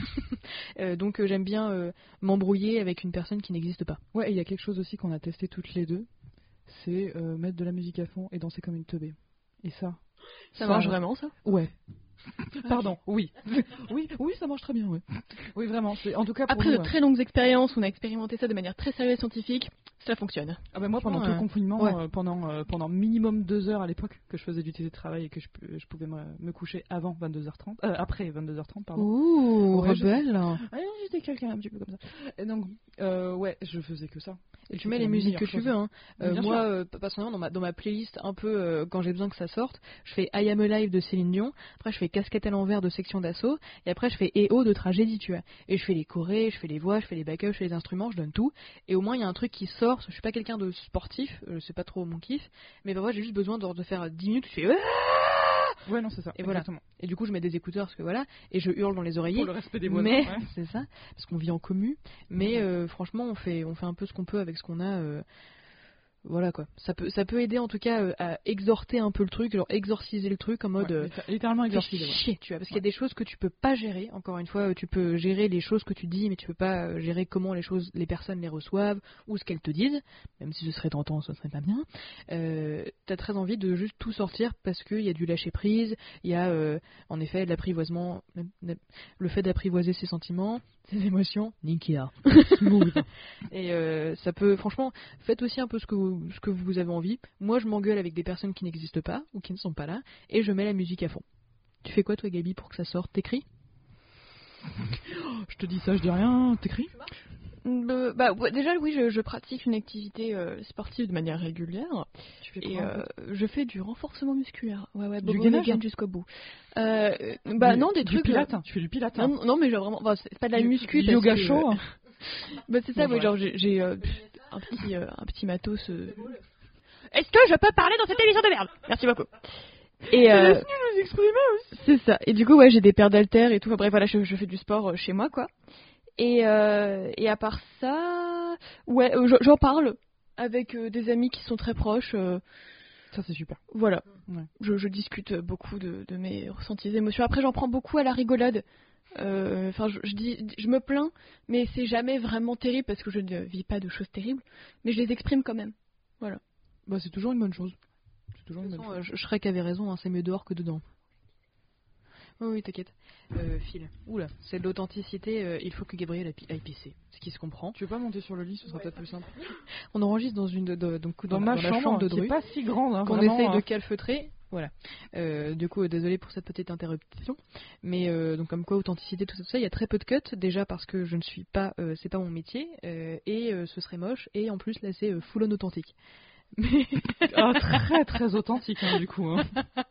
Euh, donc, euh, j'aime bien euh, m'embrouiller avec une personne qui n'existe pas. Ouais, et il y a quelque chose aussi qu'on a testé toutes les deux, c'est euh, mettre de la musique à fond et danser comme une teubée. Et ça, Ça marche vraiment, ça? Ouais. Pardon, oui. oui, oui, ça marche très bien, ouais. Oui, vraiment. C'est, en tout cas, pour Après nous, de ouais. très longues expériences, on a expérimenté ça de manière très sérieuse et scientifique, ça fonctionne. Ah bah moi, pendant Ouais. tout le confinement, Ouais. euh, pendant, euh, pendant minimum deux heures à l'époque, que je faisais du télétravail et que je, peux- je pouvais me, me coucher avant vingt-deux heures trente, euh, après vingt-deux heures trente, pardon. Ouh, Ouais, je- rebelle. Ah, j'étais quelqu'un un petit peu comme ça. Et donc, euh, ouais, je faisais que ça. Et tu c'était mets les la musiques meilleure que tu chose. veux. Hein. Mais Euh, bien moi, sûr. euh, personnellement, dans ma, dans ma playlist, un peu euh, quand j'ai besoin que ça sorte, je fais I Am Alive de Céline Dion. Après, je fais Casquette à l'envers de Section d'Assaut. Et après, je fais E O de Tragédie, tu vois. Et je fais les chorés, je fais les voix, je fais les backups, je fais les instruments, je donne tout. Et au moins, il y a un truc qui sort. Je suis pas quelqu'un de sportif, euh, c'est pas trop mon kiff. Mais parfois, j'ai juste besoin de, de faire dix minutes. Je fais. Ouais, non, c'est ça. Et voilà. Exactement. Et du coup, je mets des écouteurs parce que voilà. Et je hurle dans les oreillers. Pour le respect des voisins. Mais ouais. c'est ça, parce qu'on vit en commu. Mais euh, franchement, on fait, on fait un peu ce qu'on peut avec ce qu'on a. euh, Voilà quoi. Ça peut, ça peut aider en tout cas euh, à exhorter un peu le truc, genre exorciser le truc en mode. Ouais, euh, litté- littéralement fais exorcisé. ouais. chier, tu vois, parce qu'il y a Ouais. des choses que tu peux pas gérer. Encore une fois, euh, tu peux gérer les choses que tu dis, mais tu peux pas euh, gérer comment les choses, les personnes les reçoivent ou ce qu'elles te disent. Même si ce serait tentant, ce serait pas bien. Euh, T'as très envie de juste tout sortir parce qu'il y a du lâcher prise, il y a euh, en effet de l'apprivoisement, le fait d'apprivoiser ses sentiments, ses émotions, Nikia. Smooth. Et euh, ça peut, franchement, faites aussi un peu ce que vous, ce que vous avez envie. Moi, je m'engueule avec des personnes qui n'existent pas ou qui ne sont pas là, et je mets la musique à fond. Tu fais quoi, toi, Gabi, pour que ça sorte? T'écris? Je te dis ça, je dis rien. T'écris? Euh, bah, ouais, déjà, oui, je, je pratique une activité euh, sportive de manière régulière. Tu fais Et quoi, en euh, fait je fais du renforcement musculaire. Ouais, ouais, Du bobo gainage vegan jusqu'au bout. Euh, bah Du- non, des du trucs. pilate. euh, Tu fais du pilate. Non, non, mais genre vraiment, bah, c'est pas de la Du- muscu. du parce yoga que, chaud. euh, bah c'est ça, Bon, ouais, ouais. genre j'ai j'ai, euh, un petit euh, un petit matos. euh. Est-ce que je peux parler dans cette émission de merde? Merci beaucoup. Et euh, nous exprimer aussi. c'est ça. Et du coup, ouais, j'ai des paires d'haltères et tout. Enfin, bref, voilà, je, je fais du sport euh, chez moi, quoi. Et euh, et à part ça, ouais, euh, je- j'en parle avec euh, des amis qui sont très proches. euh, Ça, c'est super. Voilà. Ouais. Je, je discute beaucoup de, de mes ressentis, émotions. Après, j'en prends beaucoup à la rigolade. Enfin, je, je dis, je me plains, mais c'est jamais vraiment terrible parce que je ne vis pas de choses terribles, mais je les exprime quand même. Voilà. Bah, c'est toujours une bonne chose. C'est toujours De une toute bonne façon, chose. euh, Shrek avait raison, hein, c'est mieux dehors que dedans. Oui, oui, t'inquiète. Euh, Phil. Oula, c'est de l'authenticité, euh, il faut que Gabriel aille pi- aille pisser. Ce qui se comprend. Tu veux pas monter sur le lit, ce sera peut-être plus simple. On enregistre dans une de, de- donc, Dans, dans, ma dans la chambre, chambre de qui Dru, est pas si grande, hein, qu'on vraiment, essaye hein. de calfeutrer. Voilà. Euh, du coup, euh, désolé pour cette petite interruption. Mais euh, donc comme quoi, authenticité, tout ça, tout ça, il y a très peu de cuts. Déjà parce que je ne suis pas, euh, c'est pas mon métier, euh, et euh, ce serait moche. Et en plus, là, c'est euh, full on authentique. Mais Ah, très très authentique, hein, du coup. Hein.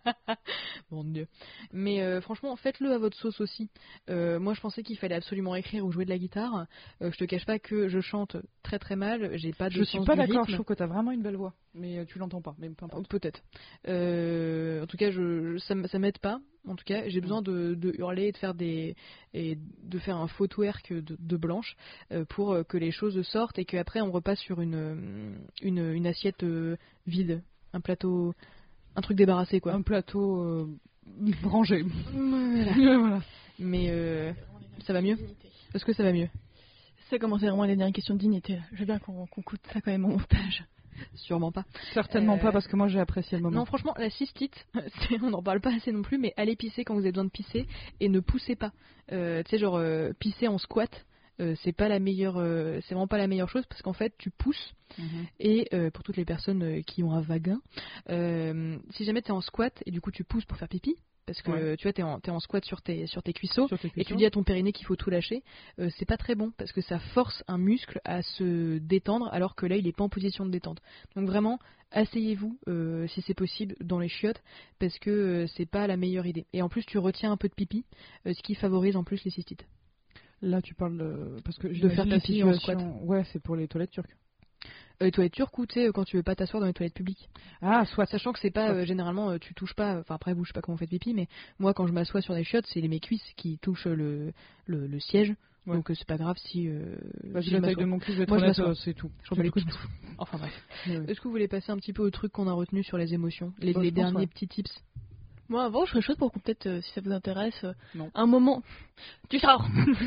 Mon Dieu. Mais euh, franchement, faites-le à votre sauce aussi. Euh, moi, je pensais qu'il fallait absolument écrire ou jouer de la guitare. Euh, je te cache pas que je chante très très mal. J'ai pas de Je suis sens pas du d'accord, rythme. je trouve que t'as vraiment une belle voix. Mais euh, tu l'entends pas, mais peu importe. Peut-être. Euh, en tout cas, je, je- ça, m- ça m'aide pas. En tout cas, j'ai besoin de, de hurler et de faire des et de faire un faux twerk de, de blanche euh, pour euh, que les choses sortent et qu'après on repasse sur une euh, une, une assiette euh, vide, un plateau, un truc débarrassé quoi. Un plateau euh, rangé. Voilà. Voilà. Mais euh, ça va mieux. Est-ce que ça va mieux? Ça commence vraiment les dernières questions de dignité. Là. Je veux bien qu'on qu'on coûte ça quand même au montage. Sûrement pas. Certainement Euh, pas, parce que moi j'ai apprécié le moment. Non, franchement, la cystite, c'est- on n'en parle pas assez non plus, mais allez pisser quand vous avez besoin de pisser et ne poussez pas. Euh, tu sais, genre, euh, pisser en squat, euh, c'est pas la meilleure, euh, c'est vraiment pas la meilleure chose parce qu'en fait, tu pousses. Mhm. Et euh, pour toutes les personnes euh, qui ont un vagin, euh, si jamais t'es en squat et du coup tu pousses pour faire pipi, parce que Ouais. tu vois, t'es en, t'es en squat sur tes, sur tes cuisseaux, Sur tes et tu cuissons. dis à ton périnée qu'il faut tout lâcher, euh, c'est pas très bon parce que ça force un muscle à se détendre alors que là il est pas en position de détente. Donc vraiment, asseyez-vous euh, si c'est possible dans les chiottes parce que euh, c'est pas la meilleure idée. Et en plus, tu retiens un peu de pipi, euh, ce qui favorise en plus les cystites. Là, tu parles de... Parce que De faire j'imagine la pipi en situation... Ouais, c'est pour les toilettes turques. Euh, les toilettes turques ou tu sais, quand tu veux pas t'asseoir dans les toilettes publiques. Ah, soit. Sachant que c'est pas euh, généralement euh, tu touches pas, enfin après vous je sais pas comment vous faites pipi, mais moi quand je m'assois sur des chiottes c'est les- mes cuisses qui touchent le, le, le siège, Ouais. donc euh, c'est pas grave si. Euh, Bah, si vu la je taille de m'assois. mon cul, je vais être Moi, je honnête, m'assois. euh, c'est tout. Je m'en bats les couilles. Enfin bref. Ouais, ouais. Est-ce que vous voulez passer un petit peu au truc qu'on a retenu sur les émotions, les, Bah, les je pense, derniers ouais. petits tips? Moi, avant, je serais chaude pour qu'on peut-être, euh, si ça vous intéresse, euh, Non. un moment. Tu sors.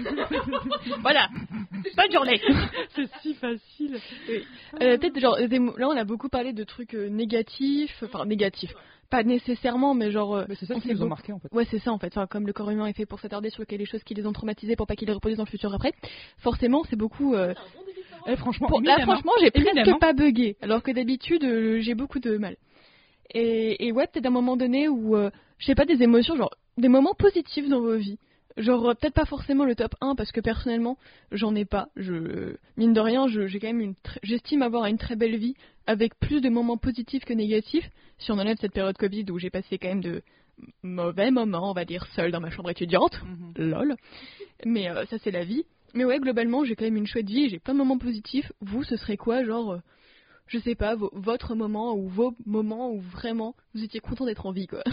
Voilà. Bonne journée. C'est si facile. Euh, peut-être genre des mo- là, on a beaucoup parlé de trucs euh, négatifs, enfin négatifs. Pas nécessairement, mais genre. euh, Mais c'est ça on qui fait nous a beaucoup- marqué en fait. Ouais, c'est ça en fait. Enfin, comme le corps humain est fait pour s'attarder sur les choses qui les ont traumatisés pour pas qu'ils les reproduisent dans le futur après. Forcément, c'est beaucoup. euh, Eh, franchement, Pour- là, éminemment. franchement, j'ai Éminemment. presque pas bugué, alors que d'habitude, euh, j'ai beaucoup de mal. Et, et ouais, peut-être un moment donné où, euh, je sais pas, des émotions, genre des moments positifs dans vos vies. Genre, euh, peut-être pas forcément le top un, parce que personnellement, j'en ai pas. Je, mine de rien, je- j'ai quand même une, tr- j'estime avoir une très belle vie, avec plus de moments positifs que négatifs, si on enlève cette période Covid où j'ai passé quand même de mauvais moments, on va dire, seule dans ma chambre étudiante. Mhm. Lol. Mais euh, ça, c'est la vie. Mais ouais, globalement, j'ai quand même une chouette vie et j'ai plein de moments positifs. Vous, ce serait quoi, genre, euh, je sais pas, vo- votre moment ou vos moments où vraiment vous étiez content d'être en vie, quoi.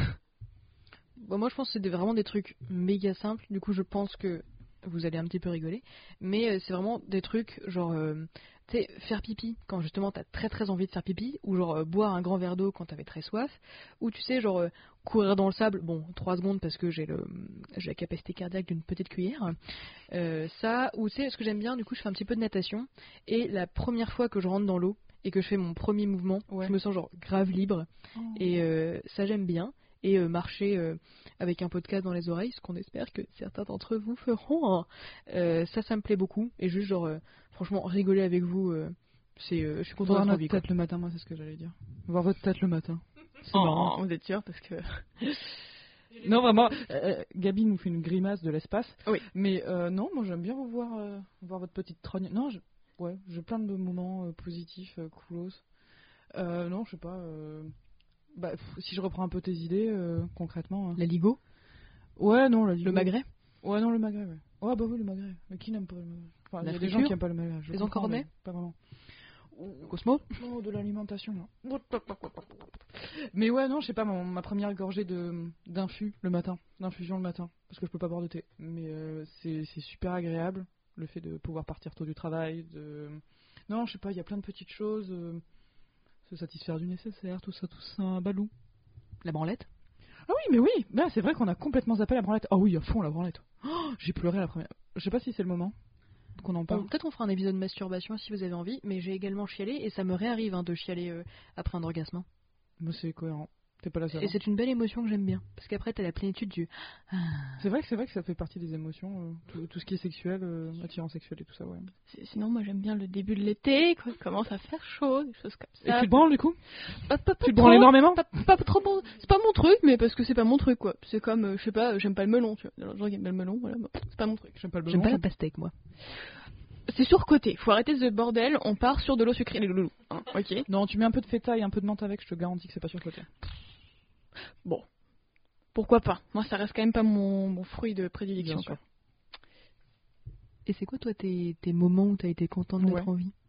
Bon, moi je pense que c'est des- vraiment des trucs méga simples, du coup je pense que vous allez un petit peu rigoler, mais euh, c'est vraiment des trucs genre, euh, tu sais, faire pipi quand justement t'as très très envie de faire pipi, ou genre euh, boire un grand verre d'eau quand t'avais très soif, ou tu sais, genre euh, courir dans le sable, bon, trois secondes parce que j'ai le j'ai la capacité cardiaque d'une petite cuillère, euh, ça, ou tu sais, ce que j'aime bien, du coup je fais un petit peu de natation, et la première fois que je rentre dans l'eau et que je fais mon premier mouvement, Ouais. je me sens genre grave libre, et euh, ça j'aime bien. Et euh, marcher euh, avec un podcast dans les oreilles, ce qu'on espère que certains d'entre vous feront. hein. Euh, ça, ça me plaît beaucoup. Et juste, genre, euh, franchement, rigoler avec vous, euh, c'est, euh, je suis content Voir d'être en notre vie. quoi. tête le matin, moi c'est ce que j'allais dire. Voir votre tête le matin. C'est Oh, marrant. vous êtes sûr parce que. Non, vraiment, euh, Gabi nous fait une grimace de l'espace. Oui. Mais euh, non, moi j'aime bien vous voir, euh, voir votre petite trogne. Non, je- ouais, j'ai plein de moments euh, positifs, euh, coolos. Euh, non, je sais pas. euh, Bah, pff, si je reprends un peu tes idées, euh, concrètement. hein. La Ligo, Ouais, non, la le Magret, Ouais, non, le Maghreb, ouais. Ouais, bah oui, le Maghreb. Mais qui n'aime pas le Maghreb? Enfin, il y a La des gens friture, qui aiment pas le Maghreb. je les comprends, encornets, mais pas vraiment. le Cosmo. Non, de l'alimentation, là. Mais ouais, non, je sais pas, mon- ma première gorgée de d'infus le matin, d'infusion le matin, parce que je peux pas boire de thé. Mais euh, c'est c'est super agréable, le fait de pouvoir partir tôt du travail, de... Non, je sais pas, il y a plein de petites choses, euh, se satisfaire du nécessaire, tout ça, tout ça, balou. La branlette. Ah Ah oui, mais oui, bah, c'est vrai qu'on a complètement zappé la branlette. Ah oui, à fond la branlette. Oh, j'ai pleuré la première. Je sais pas si c'est le moment qu'on en parle. Bon, peut-être on fera un épisode de masturbation si vous avez envie, mais j'ai également chialé et ça me réarrive hein, de chialer euh, après un orgasme. hein. Moi, c'est cohérent. T'es pas la seule. Et hein. c'est une belle émotion que j'aime bien, parce qu'après t'as la plénitude du. C'est vrai que c'est vrai que ça fait partie des émotions, euh, tout, tout ce qui est sexuel, euh, attirant sexuel et tout ça, ouais. C'est- Sinon, moi j'aime bien le début de l'été, quand il commence à faire chaud, des choses comme Et ça. tu te branles du coup Pas, pas, pas Tu te trop, branles énormément pas, pas trop bon. C'est pas mon truc, mais parce que c'est pas mon truc quoi. C'est comme, euh, je sais pas, j'aime pas le melon, tu vois. Il y a des gens qui aiment pas le melon, voilà, bah, c'est pas mon truc. J'aime pas le J'aime melon. pas la pastèque moi. C'est surcoté, faut arrêter ce bordel, on part sur de l'eau sucrée, les loulous. Hein, ok. Non, tu mets un peu de feta et un peu de menthe avec, je te garantis que c'est pas surcoté. Bon. Pourquoi pas. Moi ça reste quand même pas mon, mon fruit de prédilection. Bien sûr. quoi. Et c'est quoi toi tes, tes moments où t'as été contente d'être Ouais. en vie?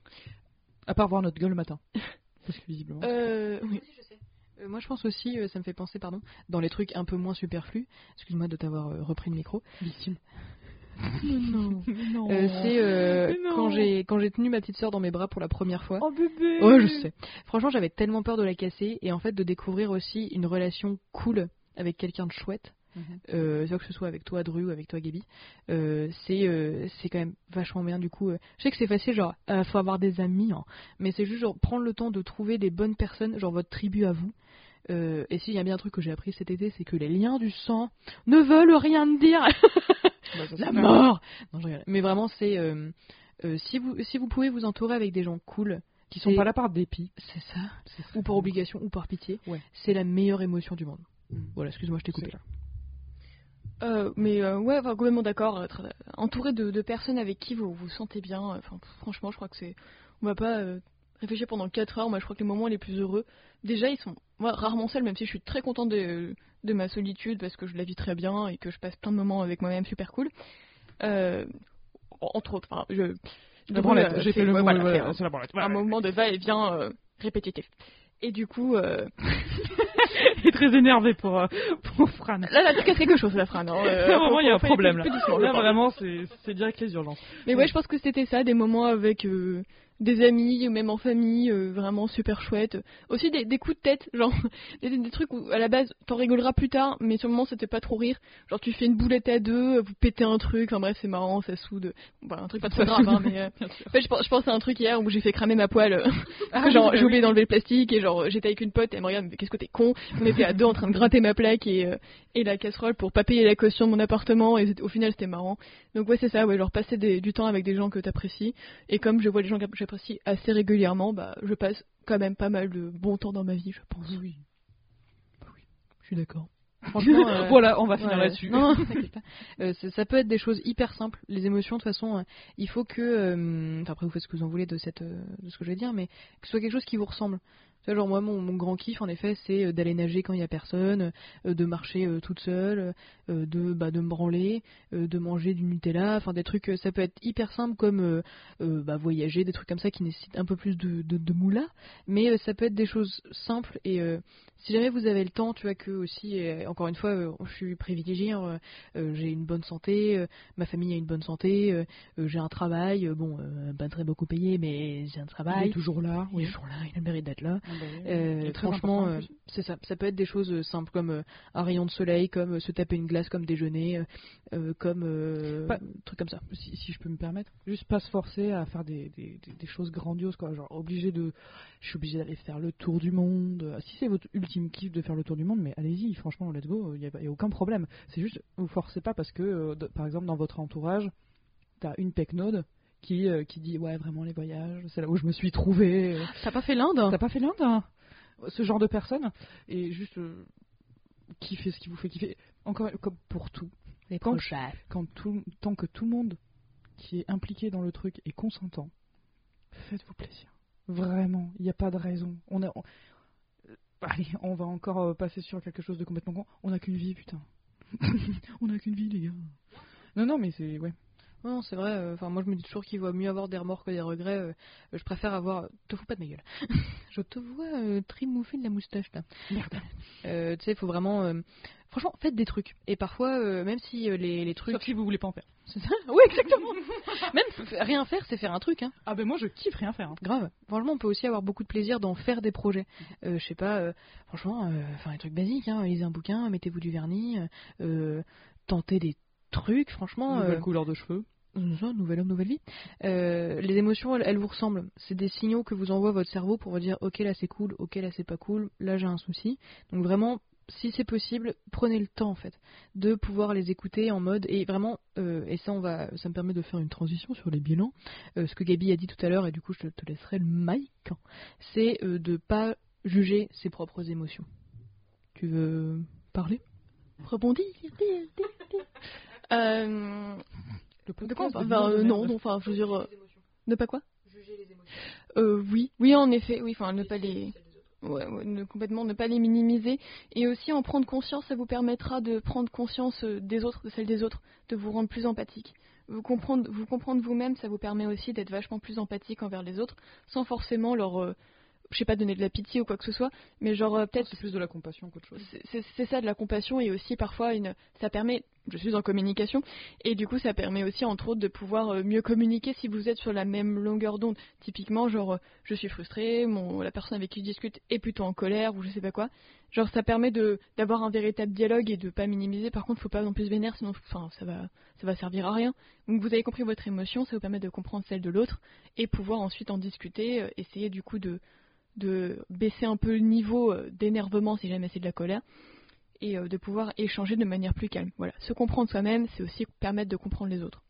À part voir notre gueule le matin. Parce que visiblement. Euh, oui. Euh, Moi je pense aussi, euh, ça me fait penser, pardon, dans les trucs un peu moins superflus, excuse-moi de t'avoir euh, repris le micro. Victime. non. non. Euh, c'est euh, Mais non. quand j'ai quand j'ai tenu ma petite sœur dans mes bras pour la première fois. Oh bébé. Ouais, je sais. Franchement, j'avais tellement peur de la casser et en fait de découvrir aussi une relation cool avec quelqu'un de chouette. Mhm. Euh, soit que ce soit avec toi Dru ou avec toi Gaby, euh, c'est euh, c'est quand même vachement bien du coup. euh. Je sais que c'est facile, genre euh, faut avoir des amis, hein, mais c'est juste genre prendre le temps de trouver des bonnes personnes, genre votre tribu à vous. Euh, et s'il y a bien un truc que j'ai appris cet été, c'est que les liens du sang ne veulent rien dire. Bah, ça, La c'est mort. Non, je rigole. Mais vraiment, c'est euh, euh, si vous si vous pouvez vous entourer avec des gens cool, qui sont c'est- pas là par dépit. c'est ça, C'est ça. ou par obligation ou par pitié, Ouais. c'est la meilleure émotion du monde. Mm. Voilà, excuse-moi, je t'ai coupé. C'est clair. Euh, mais euh, ouais, enfin, complètement d'accord. euh, très- entouré de, de personnes avec qui vous vous sentez bien. euh, Enfin, franchement, je crois que c'est. On va pas euh, réfléchir pendant quatre heures. Moi, je crois que les moments les plus heureux, déjà, ils sont moi rarement seuls. Même si je suis très contente de, de ma solitude parce que je la vis très bien et que je passe plein de moments avec moi-même super cool. Euh, entre autres, enfin, je. je La devrais, branlette, euh, j'ai c'est- fait le ouais, mot, voilà, voilà, c'est un- c'est la branlette. un Voilà. moment de va-et-vient euh, répétitif. Et du coup, euh, Il est très énervé pour, euh, pour Fran. là, là, tu casses quelque chose, la Fran. Hein, euh, Là, vraiment, faut- il y a un faut- faut problème plus- là. plus doucement, je Là, pense. vraiment, c'est c'est direct les urgences. Mais ouais, je pense que c'était ça, des moments avec euh, des amis ou même en famille, euh, vraiment super chouette. Aussi des, des coups de tête, genre des, des trucs où à la base t'en rigoleras plus tard, mais sur le moment c'était pas trop rire. Genre tu fais une boulette à deux, vous pétez un truc, enfin bref c'est marrant, ça soude. Bon, un truc pas trop Ça grave, soude, hein, mais euh, bien sûr. en fait je pense, je pense à un truc hier où j'ai fait cramer ma poêle. euh, Ah, genre oui, j'ai bah oublié oui. d'enlever le plastique et genre j'étais avec une pote et elle me regarde, mais qu'est-ce que t'es con. On était à deux en train de gratter ma plaque et, euh, et la casserole pour pas payer la caution de mon appartement et c'était- au final c'était marrant. Donc ouais c'est ça, ouais, genre passer des- du temps avec des gens que t'apprécies. Et comme je vois les gens que j'apprécie assez régulièrement, bah je passe quand même pas mal de bon temps dans ma vie, je pense. Oui. Je suis d'accord. Franchement, euh, Voilà, on va finir ouais, là-dessus. Non, non, t'inquiète pas. Euh, c'est- ça peut être des choses hyper simples. Les émotions, de toute façon, euh, il faut que. euh, Enfin, après, vous faites ce que vous en voulez de, cette, euh, de ce que je vais dire, mais que ce soit quelque chose qui vous ressemble. Tu vois, genre, moi, mon, mon grand kiff, en effet, c'est euh, d'aller nager quand il n'y a personne, euh, de marcher euh, toute seule, euh, de, bah, de me branler, euh, de manger du Nutella, enfin, des trucs. euh, ça peut être hyper simple comme euh, euh, bah, voyager, des trucs comme ça qui nécessitent un peu plus de, de, de moula, mais euh, ça peut être des choses simples et. Euh, si jamais vous avez le temps, tu vois que aussi, et encore une fois, euh, je suis privilégiée, hein, euh, j'ai une bonne santé, euh, ma famille a une bonne santé, euh, euh, j'ai un travail, euh, bon, euh, pas très beaucoup payé, mais j'ai un Il travail. est toujours là. Il est toujours là, il a le mérite d'être là. Ah bah oui. Euh, Il est très franchement, important, en euh, plus. c'est ça. Ça peut être des choses euh, simples comme euh, un rayon de soleil, comme euh, se taper une glace comme déjeuner, euh, euh, comme euh, Pas- trucs comme ça. si, si je peux me permettre, juste pas se forcer à faire des, des, des, des choses grandioses, quoi. Genre, obligé de. Je suis obligé d'aller faire le tour du monde. Si c'est votre ultime kiff de faire le tour du monde, mais allez-y, franchement, let's go, il n'y a, y a aucun problème. C'est juste, vous forcez pas parce que, euh, de- par exemple, dans votre entourage, t'as une pecnode qui, euh, qui dit, ouais, vraiment, les voyages, c'est là où je me suis trouvé. euh. T'as pas fait l'Inde? T'as pas fait l'Inde, hein, ce genre de personne, et juste euh, kiffer ce qui vous fait kiffer. Encore comme pour tout. Les Quand, prochains. quand tout, tant que tout le monde qui est impliqué dans le truc est consentant, faites-vous plaisir. Vraiment, il n'y a pas de raison. On a, on- euh, allez, on va encore euh, passer sur quelque chose de complètement con. On n'a qu'une vie, putain. On n'a qu'une vie, les gars. Non, non, mais c'est ouais. Non, c'est vrai. euh, Enfin, moi, je me dis toujours qu'il vaut mieux avoir des remords que des regrets. euh, je préfère avoir. Te fous pas de ma gueule. Je te vois euh, trimouffer de la moustache là. Merde. Euh, tu sais, il faut vraiment, euh, franchement, faites des trucs. Et parfois, euh, même si euh, les, les trucs... Sauf si vous voulez pas en faire. C'est ça. Oui, exactement. Même f- rien faire, c'est faire un truc. Hein. Ah ben moi je kiffe rien faire. Hein. Grave. Franchement, on peut aussi avoir beaucoup de plaisir d'en faire des projets. Euh, je sais pas, euh, franchement, euh, enfin, les trucs basiques. Hein, lisez un bouquin, mettez-vous du vernis, euh, tentez des trucs, franchement... Nouvelle euh, couleur de cheveux. C'est ça, nouvel homme, nouvelle vie. Euh, les émotions, elles, elles vous ressemblent. C'est des signaux que vous envoie votre cerveau pour vous dire ok là c'est cool, ok là c'est pas cool, là j'ai un souci. Donc vraiment, si c'est possible, prenez le temps en fait de pouvoir les écouter en mode et vraiment euh, et ça on va, ça me permet de faire une transition sur les bilans. Euh, ce que Gabi a dit tout à l'heure et du coup je te laisserai le mic. C'est euh, de pas juger ses propres émotions. Tu veux parler? Rebondir. euh, Le De quoi podcast enfin, de Bilal de euh, Non, merde. non, enfin, je veux dire, euh, ne pas quoi Juger les émotions. euh, Oui, oui, en effet, oui, enfin, ne pas les, ouais, ouais, ne, complètement, ne pas les minimiser, et aussi en prendre conscience, ça vous permettra de prendre conscience euh, des autres, de celle des autres, de vous rendre plus empathique. Vous comprendre, vous comprendre vous-même, ça vous permet aussi d'être vachement plus empathique envers les autres, sans forcément leur, euh, je sais pas, donner de la pitié ou quoi que ce soit, mais genre euh, peut-être C'est plus de la compassion qu'autre chose. c'est- c'est c'est ça, de la compassion, et aussi parfois une ça permet, je suis en communication et du coup ça permet aussi entre autres de pouvoir euh, mieux communiquer si vous êtes sur la même longueur d'onde. Typiquement genre euh, je suis frustrée, mon la personne avec qui je discute est plutôt en colère ou je sais pas quoi, genre ça permet de d'avoir un véritable dialogue et de pas minimiser. Par contre faut pas non plus se vénère, sinon enfin ça va ça va servir à rien. Donc vous avez compris votre émotion, ça vous permet de comprendre celle de l'autre et pouvoir ensuite en discuter, euh, essayer du coup de de baisser un peu le niveau euh, d'énervement si jamais c'est de la colère, et euh, de pouvoir échanger de manière plus calme. Voilà, se comprendre soi-même, c'est aussi permettre de comprendre les autres.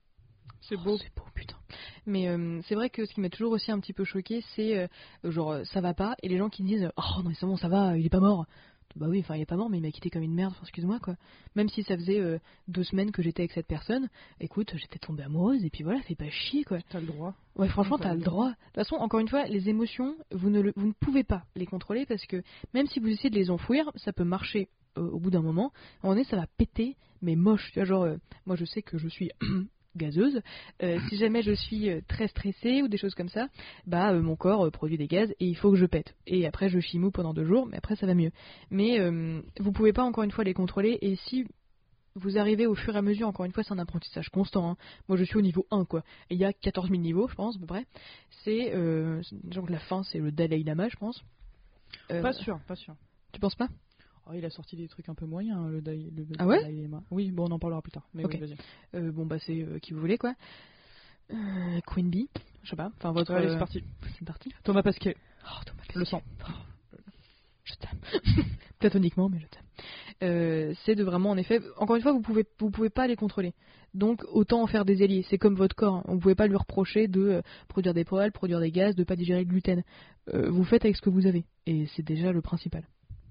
C'est beau. Oh, c'est beau, putain. Mais euh, c'est vrai que ce qui m'a toujours aussi un petit peu choqué, c'est euh, genre euh, ça va pas, et les gens qui disent oh non mais c'est bon ça va, il est pas mort. Bah oui, enfin il est pas mort, mais il m'a quitté comme une merde. Enfin, excuse-moi quoi. Même si ça faisait euh, deux semaines que j'étais avec cette personne, écoute, j'étais tombée amoureuse et puis voilà, fais pas chier quoi. T'as le droit. Ouais, franchement, T'as t'as le le droit. De toute façon, encore une fois, les émotions, vous ne, le- vous ne pouvez pas les contrôler parce que même si vous essayez de les enfouir, ça peut marcher euh, au bout d'un moment. À un moment donné, ça va péter, mais moche. Tu vois, genre, euh, moi je sais que je suis gazeuse. Euh, si jamais je suis euh, très stressée ou des choses comme ça, bah euh, mon corps euh, produit des gaz et il faut que je pète. Et après, je chimou pendant deux jours, mais après ça va mieux. Mais euh, vous pouvez pas encore une fois les contrôler et si vous arrivez au fur et à mesure, encore une fois, c'est un apprentissage constant. Hein. Moi, je suis au niveau un, quoi. Et il y a quatorze mille niveaux, je pense, à peu près. C'est, euh, genre, la fin, c'est le Dalai Lama, je pense. Euh, Pas sûr, pas sûr. Tu penses pas? Oh, il a sorti des trucs un peu moyens, hein, le Dalai le Ah ouais Dalai Lama. Oui, bon, on en parlera plus tard. Mais Ok. oui, vas-y. euh, Bon, bah, c'est euh, qui vous voulez, quoi. Euh, Queen Bee, je sais pas. Enfin, votre. Allez, euh, c'est parti. C'est parti. Thomas Pesquet, Oh, Thomas le Pesquet. sang. Oh, je t'aime. Platoniquement, mais je t'aime. Euh, c'est de vraiment, en effet, encore une fois, vous pouvez, vous pouvez pas les contrôler. Donc, autant en faire des alliés. C'est comme votre corps. Hein. On ne pouvait pas lui reprocher de euh, produire des poils, produire des gaz, de pas digérer le gluten. Euh, vous faites avec ce que vous avez. Et c'est déjà le principal.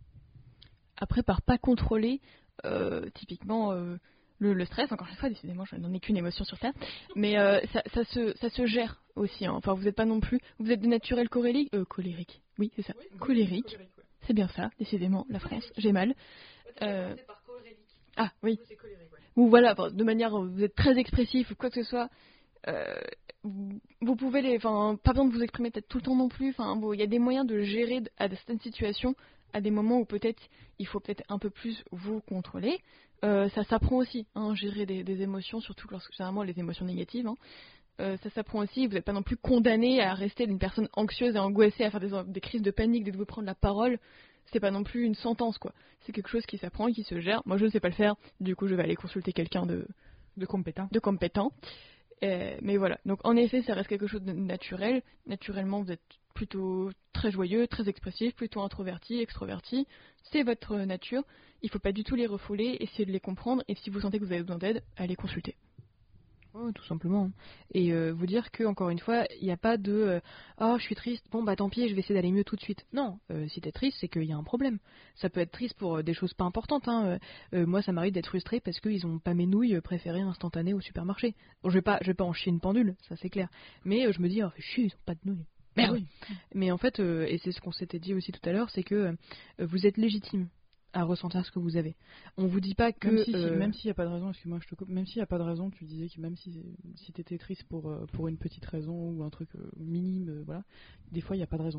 Après, par pas contrôler, euh, typiquement euh, le, le stress, encore une fois, décidément, je n'en ai qu'une émotion sur Terre, mais euh, ça, ça, se, ça se gère aussi. Hein. Enfin, vous n'êtes pas non plus, vous êtes de naturel colérique, euh, colérique, oui, c'est ça, colérique. C'est bien ça, décidément, la France, j'ai mal. Euh, Ah oui. Ou voilà, enfin, de manière, vous êtes très expressif ou quoi que ce soit. Euh, vous, vous pouvez les, enfin, pas besoin de vous exprimer peut-être tout le temps non plus. Enfin, bon, il y a des moyens de gérer d- à certaines situations, à des moments où peut-être il faut peut-être un peu plus vous contrôler. Euh, ça s'apprend aussi, hein, gérer des, des émotions, surtout lorsque généralement les émotions négatives. Hein. Euh, ça s'apprend aussi. Vous n'êtes pas non plus condamné à rester une personne anxieuse et angoissée, à faire des, des crises de panique dès que vous prendre la parole. C'est pas non plus une sentence, quoi. C'est quelque chose qui s'apprend et qui se gère. Moi, je ne sais pas le faire. Du coup, je vais aller consulter quelqu'un de, De compétent. de compétent. Euh, mais voilà. Donc, en effet, ça reste quelque chose de naturel. Naturellement, vous êtes plutôt très joyeux, très expressif, plutôt introverti, extroverti. C'est votre nature. Il ne faut pas du tout les refouler. Essayez de les comprendre. Et si vous sentez que vous avez besoin d'aide, allez consulter. Ouais, tout simplement. Et euh, vous dire que encore une fois, il n'y a pas de euh, oh je suis triste, bon bah tant pis, je vais essayer d'aller mieux tout de suite. Non, euh, si t'es triste, c'est qu'il y a un problème. Ça peut être triste pour euh, des choses pas importantes. Hein. Euh, euh, moi, ça m'arrive d'être frustrée parce qu'ils ont pas mes nouilles préférées instantanées au supermarché. Bon, je vais pas, je vais pas en chier une pendule, ça c'est clair. Mais euh, je me dis oh fais chier, ils ont pas de nouilles. Merde. Oui. Mais en fait, euh, et c'est ce qu'on s'était dit aussi tout à l'heure, c'est que euh, vous êtes légitime à ressentir ce que vous avez. On vous dit pas que Même si, si- euh, même s'il n'y a pas de raison, excuse-moi, je te coupe. Même s'il n'y a pas de raison, tu disais que même si, si t'étais triste pour, euh, pour une petite raison ou un truc euh, minime, euh, voilà, des fois il n'y a pas de raison.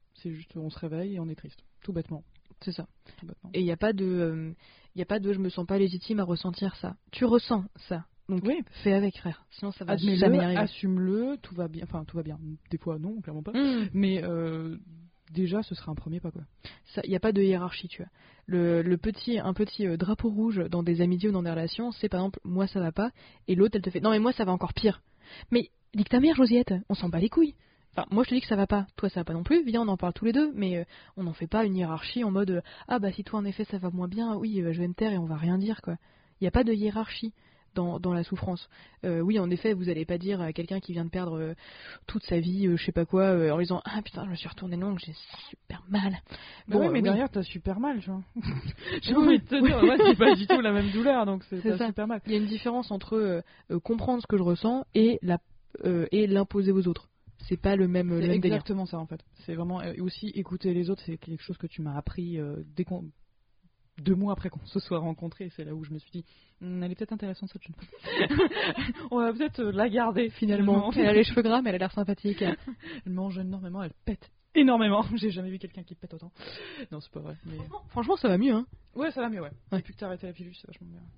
C'est juste, on se réveille et on est triste, tout bêtement. C'est ça. Tout bêtement. Et il n'y a pas de, euh, y a pas de, je me sens pas légitime à ressentir ça. Tu ressens ça. Donc Oui. fais avec, frère. Sinon ça va Admets-le, jamais y arriver. assume-le, tout va bien. Enfin, tout va bien. Des fois, non, clairement pas. Mmh. Mais euh, déjà, ce sera un premier pas, quoi. Il n'y a pas de hiérarchie, tu vois. Le, le petit, un petit euh, drapeau rouge dans des amitiés ou dans des relations, c'est par exemple, moi ça va pas, et l'autre elle te fait, non mais moi ça va encore pire. Mais dis que ta mère, Josiette, on s'en bat les couilles. Enfin, moi je te dis que ça va pas, toi ça va pas non plus, viens on en parle tous les deux, mais euh, on n'en fait pas une hiérarchie en mode, euh, ah bah si toi en effet ça va moins bien, oui euh, je vais me taire et on va rien dire, quoi. Il n'y a pas de hiérarchie. Dans, dans la souffrance. Euh, oui, en effet, vous allez pas dire à quelqu'un qui vient de perdre euh, toute sa vie, euh, je sais pas quoi, euh, en lui disant ah putain, je me suis retourné l'ongle, j'ai super mal. Bon, ouais, euh, mais oui. derrière, t'as super mal, tu vois. J'ai Oui. envie de te dire, ouais, c'est pas du tout la même douleur, donc c'est C'est t'as ça. super mal. Il y a une différence entre euh, euh, comprendre ce que je ressens et la euh, et l'imposer aux autres. C'est pas le même, le C'est même délire. exactement ça, en fait. C'est vraiment et aussi écouter les autres, c'est quelque chose que tu m'as appris euh, dès qu'on deux mois après qu'on se soit rencontrés. C'est là où je me suis dit, hm, elle est peut-être intéressante cette jeune femme. On va peut-être euh, la garder Finalement, elle a les cheveux gras, mais elle a l'air sympathique. Elle mange énormément, elle pète énormément. J'ai jamais vu quelqu'un qui pète autant. Non, c'est pas vrai. Mais... Franchement, ça va mieux, hein. Ouais, ça va mieux, ouais. Ouais. Depuis que t'as arrêté la pilule, c'est vachement bien.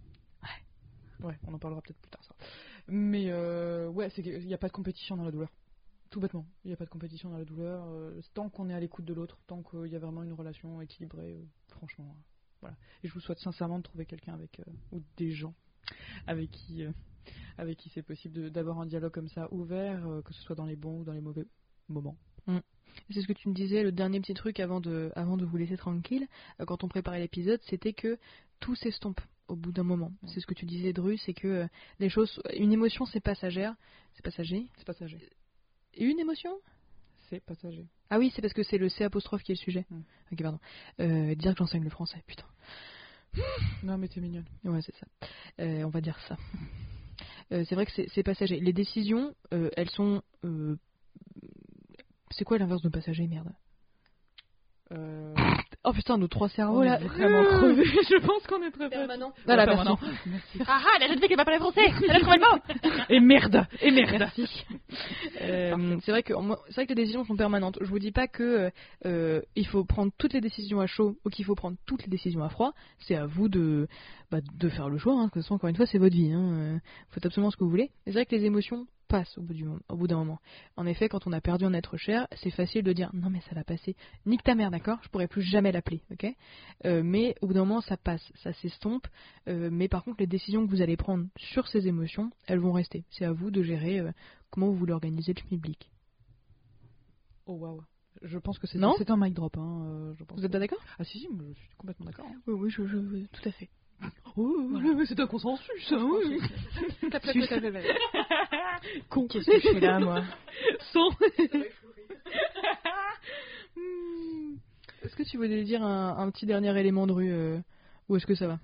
Ouais. Ouais, on en parlera peut-être plus tard, ça. Mais euh, ouais, c'est qu'il n'y a pas de compétition dans la douleur. Tout bêtement, il n'y a pas de compétition dans la douleur. Euh, tant qu'on est à l'écoute de l'autre, tant qu'il y a vraiment une relation équilibrée, euh, franchement, euh, voilà. Et je vous souhaite sincèrement de trouver quelqu'un avec euh, ou des gens avec qui, euh, avec qui c'est possible de, d'avoir un dialogue comme ça ouvert, euh, que ce soit dans les bons ou dans les mauvais moments. Mm. C'est ce que tu me disais, le dernier petit truc avant de, avant de vous laisser tranquille, euh, quand on préparait l'épisode, c'était que tout s'estompe au bout d'un moment. Ouais. C'est ce que tu disais, Dru, c'est que euh, les choses, une émotion c'est passagère, c'est passager. C'est passager. Et une émotion? C'est passager. Ah oui, c'est parce que c'est le C apostrophe qui est le sujet. Mm. Ok, pardon. Euh, dire que j'enseigne le français, putain. Non, mais t'es mignonne. Ouais, c'est ça. Euh, on va dire ça. Euh, c'est vrai que c'est, c'est passager. Les décisions, euh, elles sont... euh, C'est quoi l'inverse de passager, merde? Euh... Oh putain, nos trois cerveaux on là. est vraiment crevés. Je pense qu'on est très prêts. Permanent. Voilà, Ouais, merci. permanent. Merci. Ah ah, la jeune fille qui va parler français, elle a trouvé le mot. Et merde. Et merde. Merci. Euh, c'est vrai que moi, c'est vrai que les décisions sont permanentes. Je vous dis pas que euh, il faut prendre toutes les décisions à chaud ou qu'il faut prendre toutes les décisions à froid. C'est à vous de bah, de faire le choix. Hein. De toute façon, encore une fois, c'est votre vie. Hein. Vous faites absolument ce que vous voulez. Mais c'est vrai que les émotions passent au bout du moment, au bout d'un moment. En effet, quand on a perdu un être cher, c'est facile de dire non mais ça va passer. Nique ta mère, d'accord? Je pourrais plus jamais l'appeler, ok? Euh, mais au bout d'un moment, ça passe, ça s'estompe. Euh, mais par contre, les décisions que vous allez prendre sur ces émotions, elles vont rester. C'est à vous de gérer euh, comment vous voulez organiser le public. Oh waouh. Je pense que c'est Non c'est un mic drop. Hein. euh, je pense Vous êtes que- pas d'accord? Ah si si, moi, je suis complètement d'accord. hein. Oui, oui, je, je, tout à fait. Oh, Voilà. mais c'est un consensus. Hein, oui. Con. Qu'est-ce que je fais là, moi? Son. Hmm. Est-ce que tu voulais dire un, un petit dernier élément de rue euh, ou est-ce que ça va?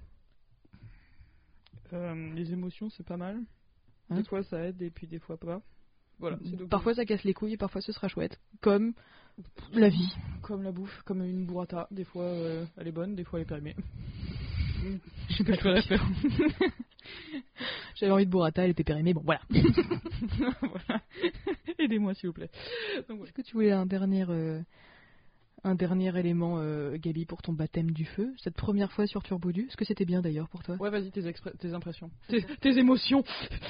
Euh, les émotions, c'est pas mal. Hein Des fois, ça aide et puis des fois pas. Voilà. c'est donc- Parfois ça casse les couilles et parfois ce sera chouette. Comme la vie. Comme la bouffe, comme une burrata. Des fois, euh, elle est bonne, des fois, elle est périmée. Je sais Je ferais faire. J'avais envie de burrata, elle était périmée. Bon, voilà. Voilà. Aidez-moi, s'il vous plaît. Donc, ouais. Est-ce que tu voulais un dernier, euh, un dernier élément, euh, Gabi, pour ton baptême du feu? Cette première fois sur Turbodu, est-ce que c'était bien d'ailleurs pour toi? Ouais, vas-y, tes, expr- tes impressions. C'est Tes, tes émotions.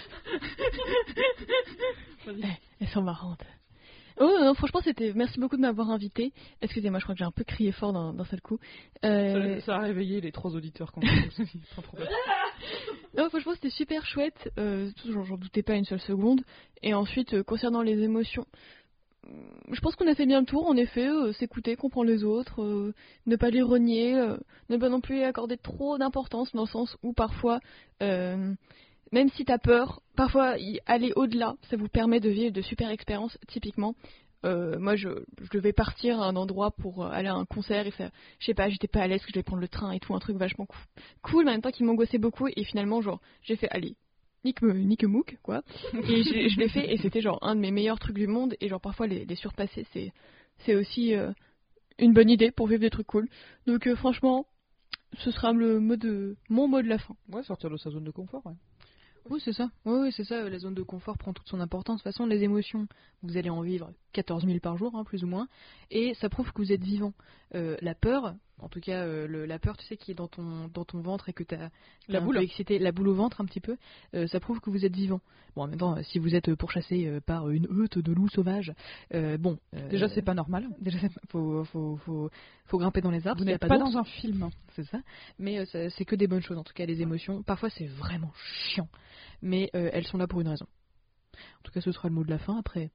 Vas-y. Eh, elles sont marrantes. Oh non, franchement, c'était. Merci beaucoup de m'avoir invité. Excusez-moi, je crois que j'ai un peu crié fort d'un, d'un seul coup. Euh... Ça, ça a réveillé les trois auditeurs quand Pas trop bête. Non, franchement, c'était super chouette. Euh, j'en, j'en doutais pas une seule seconde. Et ensuite, euh, concernant les émotions, euh, je pense qu'on a fait bien le tour. En effet, euh, s'écouter, comprendre les autres, euh, ne pas les renier, euh, ne pas non plus accorder trop d'importance dans le sens où parfois. Euh, Même si t'as peur, parfois y aller au-delà, ça vous permet de vivre de super expériences. Typiquement, euh, moi je, je devais partir à un endroit pour aller à un concert et ça, je sais pas, j'étais pas à l'aise, que je devais prendre le train et tout, un truc vachement cool, cool mais en même temps qui m'angoissait beaucoup. Et finalement, genre, j'ai fait, allez, nique me, nique mouk, quoi. Et j'ai- je l'ai fait et c'était genre un de mes meilleurs trucs du monde. Et genre parfois les, les surpasser, c'est, c'est aussi euh, une bonne idée pour vivre des trucs cool. Donc euh, franchement, ce sera le mot de, mon mot de la fin. Ouais, sortir de sa zone de confort, ouais. Oui, c'est ça. Oui, oui, c'est ça. La zone de confort prend toute son importance. De toute façon, les émotions, vous allez en vivre quatorze mille par jour, hein, plus ou moins, et ça prouve que vous êtes vivant. Euh, la peur, en tout cas, euh, le, la peur, tu sais, qui est dans ton, dans ton ventre et que tu as La boule. excité, la boule au ventre un petit peu, euh, ça prouve que vous êtes vivant. Bon, en même temps, si vous êtes pourchassé euh, par une meute de loups sauvages, euh, bon. Euh, Déjà, c'est pas normal. Déjà, il faut, faut, faut, faut grimper dans les arbres. Vous il y a n'êtes pas pas d'ours. dans un film. C'est ça. Mais euh, ça- c'est que des bonnes choses, en tout cas, les émotions. Parfois, c'est vraiment chiant, mais euh, elles sont là pour une raison. En tout cas, ce sera le mot de la fin après.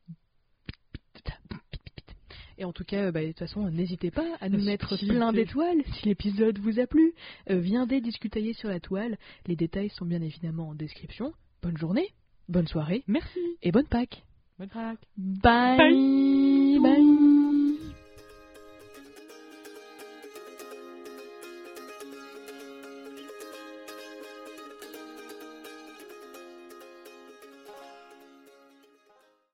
Et en tout cas, euh, bah, de toute façon, n'hésitez pas à nous La mettre subtilité. plein d'étoiles si l'épisode vous a plu. Euh, viendez discutailler sur la toile. Les détails sont bien évidemment en description. Bonne journée, bonne soirée Merci. et bonne Pâques. Bonne Pâques. Bye. Bye.